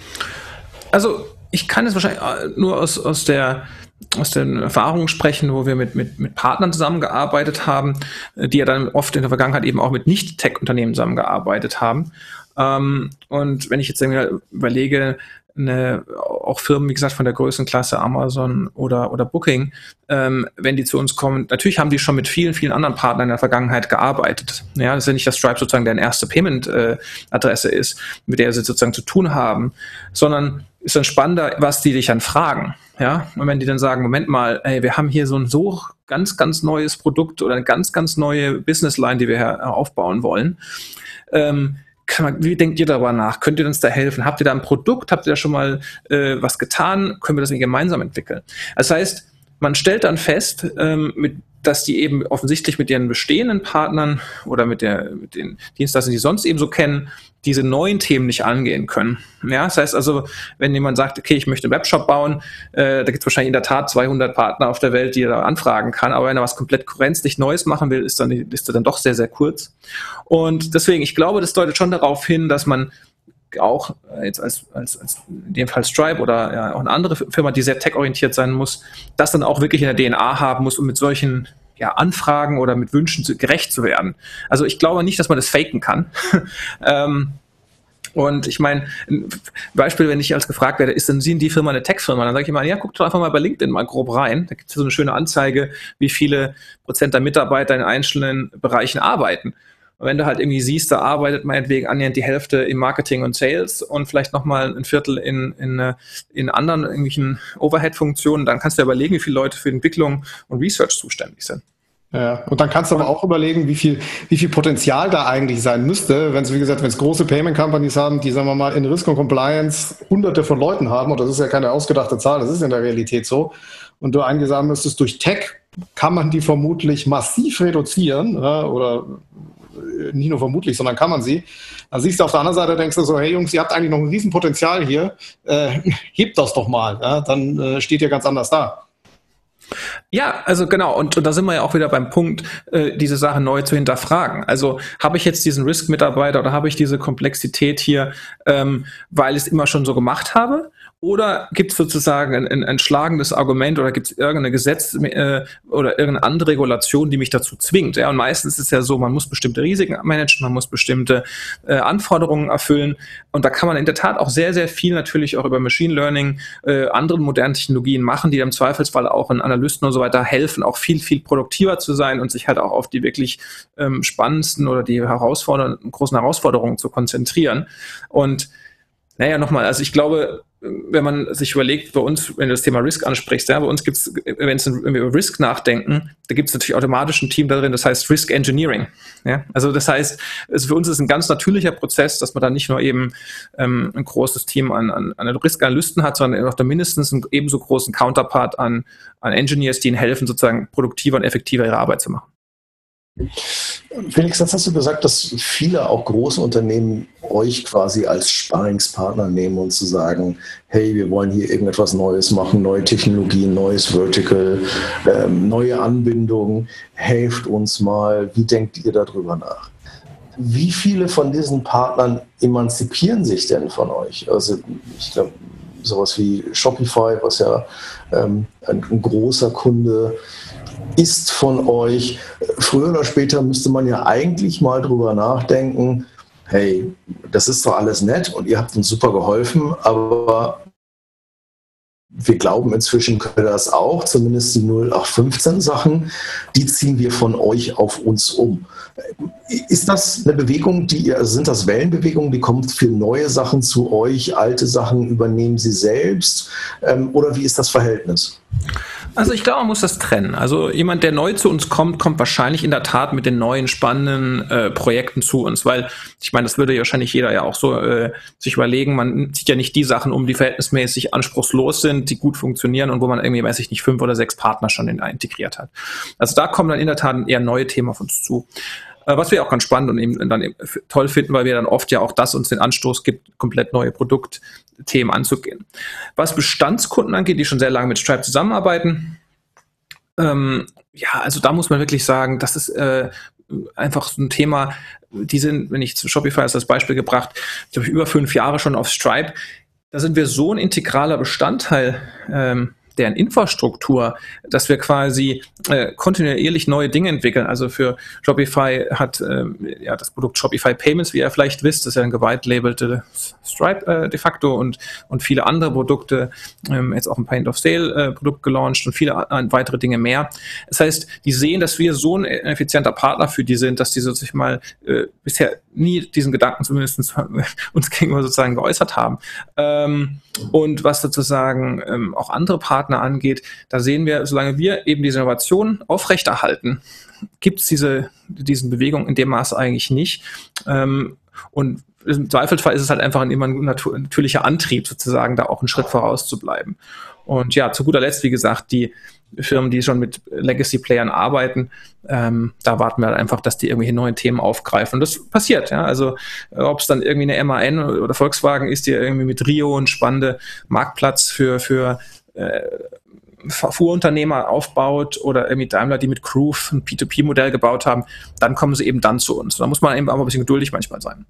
Also ich kann es wahrscheinlich nur aus den Erfahrungen sprechen, wo wir mit Partnern zusammengearbeitet haben, die ja dann oft in der Vergangenheit eben auch mit Nicht-Tech-Unternehmen zusammengearbeitet haben. Und wenn ich jetzt überlege, auch Firmen, wie gesagt, von der Größenklasse Amazon oder Booking, wenn die zu uns kommen, natürlich haben die schon mit vielen, vielen anderen Partnern in der Vergangenheit gearbeitet. Ja, das ist ja nicht, dass Stripe sozusagen deren erste Payment-Adresse ist, mit der sie sozusagen zu tun haben, sondern ist dann spannender, was die dich dann fragen. Ja, und wenn die dann sagen, Moment mal, ey, wir haben hier so ein ganz, ganz neues Produkt oder eine ganz, ganz neue Businessline, die wir hier aufbauen wollen, wie denkt ihr darüber nach? Könnt ihr uns da helfen? Habt ihr da ein Produkt? Habt ihr da schon mal was getan? Können wir das gemeinsam entwickeln? Das heißt, man stellt dann fest, dass die eben offensichtlich mit ihren bestehenden Partnern oder mit den Dienstleistern, die sie sonst eben so kennen, diese neuen Themen nicht angehen können. Ja, das heißt also, wenn jemand sagt, okay, ich möchte einen Webshop bauen, da gibt es wahrscheinlich in der Tat 200 Partner auf der Welt, die er da anfragen kann, aber wenn er was komplett gänzlich Neues machen will, ist die Liste dann doch sehr, sehr kurz. Und deswegen, ich glaube, das deutet schon darauf hin, dass man auch jetzt als in dem Fall Stripe oder ja, auch eine andere Firma, die sehr tech-orientiert sein muss, das dann auch wirklich in der DNA haben muss, um mit solchen Anfragen oder mit Wünschen gerecht zu werden. Also ich glaube nicht, dass man das faken kann. Und ich meine, ein Beispiel, wenn ich als gefragt werde, sind die Firma eine Tech-Firma? Dann sage ich immer, ja, guck doch einfach mal bei LinkedIn mal grob rein. Da gibt es so eine schöne Anzeige, wie viele Prozent der Mitarbeiter in einzelnen Bereichen arbeiten. Und wenn du halt irgendwie siehst, da arbeitet meinetwegen annähernd die Hälfte im Marketing und Sales und vielleicht nochmal ein Viertel in anderen irgendwelchen Overhead-Funktionen, dann kannst du dir überlegen, wie viele Leute für Entwicklung und Research zuständig sind. Ja, und dann kannst du aber auch überlegen, wie viel Potenzial da eigentlich sein müsste, wenn es große Payment Companies haben, die, sagen wir mal, in Risk und Compliance Hunderte von Leuten haben, und das ist ja keine ausgedachte Zahl, das ist in der Realität so, und du eingesamt müsstest durch Tech, kann man die vermutlich massiv reduzieren, oder nicht nur vermutlich, sondern kann man sie. Dann siehst du auf der anderen Seite, denkst du so, hey Jungs, ihr habt eigentlich noch ein Riesenpotenzial hier, hebt das doch mal, ja? Dann steht ihr ganz anders da. Ja, also genau, und da sind wir ja auch wieder beim Punkt, diese Sache neu zu hinterfragen. Also habe ich jetzt diesen Risk-Mitarbeiter oder habe ich diese Komplexität hier, weil ich es immer schon so gemacht habe? Oder gibt es sozusagen ein schlagendes Argument oder gibt es irgendein Gesetz oder irgendeine andere Regulation, die mich dazu zwingt? Ja, und meistens ist es ja so, man muss bestimmte Risiken managen, man muss bestimmte Anforderungen erfüllen. Und da kann man in der Tat auch sehr, sehr viel natürlich auch über Machine Learning, anderen modernen Technologien machen, die im Zweifelsfall auch in Analysten und so weiter helfen, auch viel, viel produktiver zu sein und sich halt auch auf die wirklich spannendsten oder die großen Herausforderungen zu konzentrieren. Und naja, nochmal, also ich glaube, wenn man sich überlegt, bei uns, wenn du das Thema Risk ansprichst, ja, bei uns gibt es, wenn wir über Risk nachdenken, da gibt es natürlich automatisch ein Team da drin, das heißt Risk Engineering. Ja? Also das heißt, für uns ist ein ganz natürlicher Prozess, dass man da nicht nur eben ein großes Team an Risk-Analysten hat, sondern auch da mindestens einen ebenso großen Counterpart an Engineers, die ihnen helfen, sozusagen produktiver und effektiver ihre Arbeit zu machen. Felix, jetzt hast du gesagt, dass viele auch große Unternehmen euch quasi als Sparringspartner nehmen und zu sagen, hey, wir wollen hier irgendetwas Neues machen, neue Technologien, neues Vertical, neue Anbindungen, helft uns mal, wie denkt ihr darüber nach? Wie viele von diesen Partnern emanzipieren sich denn von euch? Also ich glaube, sowas wie Shopify, was ja ein großer Kunde ist von euch. Früher oder später müsste man ja eigentlich mal drüber nachdenken, hey, das ist doch alles nett und ihr habt uns super geholfen, aber wir glauben inzwischen können wir das auch, zumindest die 0815 Sachen, die ziehen wir von euch auf uns um. Ist das eine Bewegung, sind das Wellenbewegungen, die kommen für neue Sachen zu euch, alte Sachen übernehmen sie selbst oder wie ist das Verhältnis? Also ich glaube, man muss das trennen. Also jemand, der neu zu uns kommt, kommt wahrscheinlich in der Tat mit den neuen spannenden Projekten zu uns, weil ich meine, das würde ja wahrscheinlich jeder ja auch so sich überlegen, man zieht ja nicht die Sachen um, die verhältnismäßig anspruchslos sind, die gut funktionieren und wo man irgendwie, weiß ich nicht, 5 oder 6 Partner schon integriert hat. Also da kommen dann in der Tat eher neue Themen auf uns zu. Was wir auch ganz spannend und eben dann toll finden, weil wir dann oft ja auch das uns den Anstoß gibt, komplett neue Produktthemen anzugehen. Was Bestandskunden angeht, die schon sehr lange mit Stripe zusammenarbeiten, also da muss man wirklich sagen, das ist einfach so ein Thema, die sind, wenn ich zu Shopify als Beispiel gebracht, glaube ich, über 5 Jahre schon auf Stripe, da sind wir so ein integraler Bestandteil deren Infrastruktur, dass wir quasi kontinuierlich neue Dinge entwickeln. Also für Shopify hat das Produkt Shopify Payments, wie ihr vielleicht wisst, das ist ja ein gewhite-labelte Stripe de facto und viele andere Produkte, jetzt auch ein Point-of-Sale-Produkt gelauncht und viele weitere Dinge mehr. Das heißt, die sehen, dass wir so ein effizienter Partner für die sind, dass die sich mal bisher nie diesen Gedanken zumindest uns gegenüber sozusagen geäußert haben. Und was sozusagen auch andere Partner angeht, da sehen wir, solange wir eben diese Innovation aufrechterhalten, gibt es diesen Bewegungen in dem Maße eigentlich nicht. Und im Zweifelsfall ist es halt einfach immer ein natürlicher Antrieb, sozusagen da auch einen Schritt voraus zu bleiben. Und ja, zu guter Letzt, wie gesagt, die Firmen, die schon mit Legacy-Playern arbeiten, da warten wir halt einfach, dass die irgendwelche neuen Themen aufgreifen. Und das passiert, ja. Also ob es dann irgendwie eine MAN oder Volkswagen ist, die irgendwie mit Rio einen spannenden Marktplatz für Fuhrunternehmer aufbaut oder irgendwie Daimler, die mit Groove ein P2P-Modell gebaut haben, dann kommen sie eben dann zu uns. Da muss man eben auch ein bisschen geduldig manchmal sein.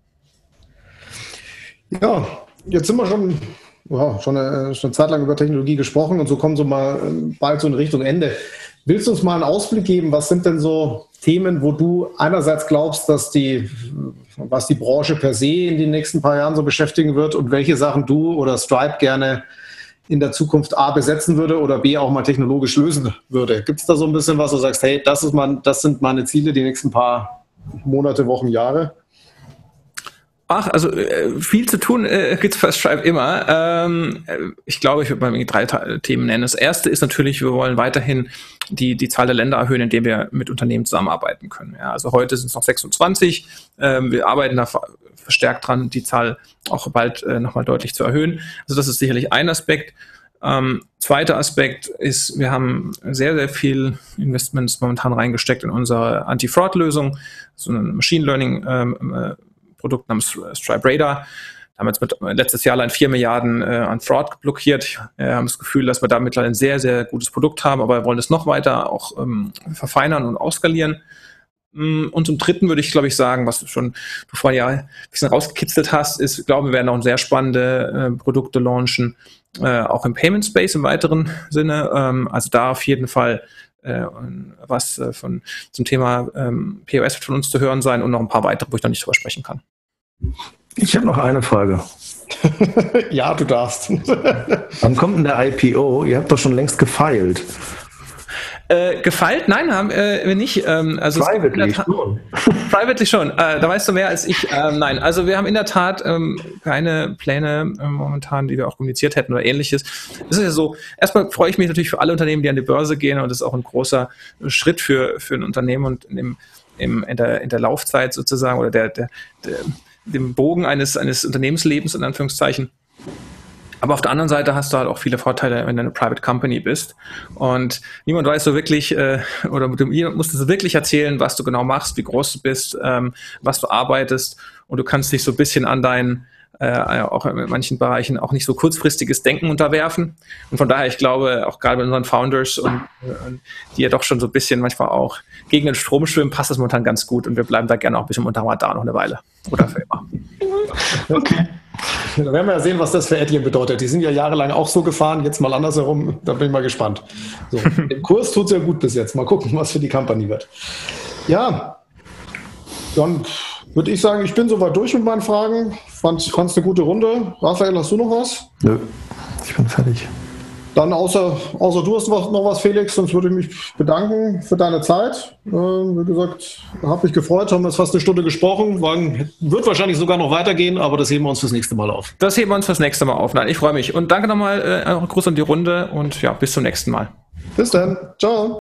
Ja, jetzt sind wir schon eine Zeit lang über Technologie gesprochen und so kommen so mal bald so in Richtung Ende. Willst du uns mal einen Ausblick geben, was sind denn so Themen, wo du einerseits glaubst, was die Branche per se in den nächsten paar Jahren so beschäftigen wird und welche Sachen du oder Stripe gerne in der Zukunft A besetzen würde oder B auch mal technologisch lösen würde? Gibt es da so ein bisschen was, wo du sagst, hey, das sind meine Ziele die nächsten paar Monate, Wochen, Jahre? Also viel zu tun gibt es bei Stripe immer. Ich glaube, ich würde mal 3 Themen nennen. Das erste ist natürlich, wir wollen weiterhin die Zahl der Länder erhöhen, in denen wir mit Unternehmen zusammenarbeiten können. Ja, also heute sind es noch 26. Wir arbeiten da verstärkt dran, die Zahl auch bald nochmal deutlich zu erhöhen. Also das ist sicherlich ein Aspekt. Zweiter Aspekt ist, wir haben sehr, sehr viel Investments momentan reingesteckt in unsere Anti-Fraud-Lösung, so ein Machine Learning-Produkt namens Stripe Radar. Haben jetzt letztes Jahr allein 4 Milliarden an Fraud blockiert. Wir haben das Gefühl, dass wir da mittlerweile ein sehr, sehr gutes Produkt haben, aber wir wollen es noch weiter auch verfeinern und ausskalieren. Und zum Dritten würde ich, glaube ich, sagen, was du vorhin ja ein bisschen rausgekitzelt hast, ist, ich glaube, wir werden auch sehr spannende Produkte launchen, auch im Payment Space im weiteren Sinne. Also da auf jeden Fall was zum Thema POS wird von uns zu hören sein und noch ein paar weitere, wo ich noch nicht drüber sprechen kann. Ich habe noch eine Frage. Ja, du darfst. Wann kommt denn der IPO? Ihr habt doch schon längst gefeilt. Gefeilt? Nein, haben wir nicht. Also Privately schon. Privately schon. Da weißt du mehr als ich. Nein, also wir haben in der Tat keine Pläne momentan, die wir auch kommuniziert hätten oder ähnliches. Es ist ja so, erstmal freue ich mich natürlich für alle Unternehmen, die an die Börse gehen, und das ist auch ein großer Schritt für ein Unternehmen und in der Laufzeit sozusagen oder dem Bogen eines Unternehmenslebens in Anführungszeichen. Aber auf der anderen Seite hast du halt auch viele Vorteile, wenn du eine Private Company bist. Und niemand weiß so wirklich, oder niemand musst du so wirklich erzählen, was du genau machst, wie groß du bist, was du arbeitest. Und du kannst dich so ein bisschen an deinen, auch in manchen Bereichen, auch nicht so kurzfristiges Denken unterwerfen. Und von daher, ich glaube, auch gerade bei unseren Founders und die ja doch schon so ein bisschen manchmal auch gegen den Strom schwimmen, passt das momentan ganz gut. Und wir bleiben da gerne auch ein bisschen unter Radar noch eine Weile. Oder für immer. Okay. Da werden wir ja sehen, was das für Adyen bedeutet. Die sind ja jahrelang auch so gefahren, jetzt mal andersherum. Da bin ich mal gespannt. So, im Kurs tut es ja gut bis jetzt. Mal gucken, was für die Company wird. Ja, dann würde ich sagen, ich bin soweit durch mit meinen Fragen. Fand's eine gute Runde. Raphael, hast du noch was? Nö, ich bin fertig. Dann außer du hast noch was, Felix, sonst würde ich mich bedanken für deine Zeit. Wie gesagt, habe mich gefreut, haben jetzt fast eine Stunde gesprochen. Wird wahrscheinlich sogar noch weitergehen, aber das heben wir uns fürs nächste Mal auf. Das heben wir uns fürs nächste Mal auf. Nein, ich freue mich. Und danke nochmal, Gruß an die Runde und ja, bis zum nächsten Mal. Bis dann. Ciao.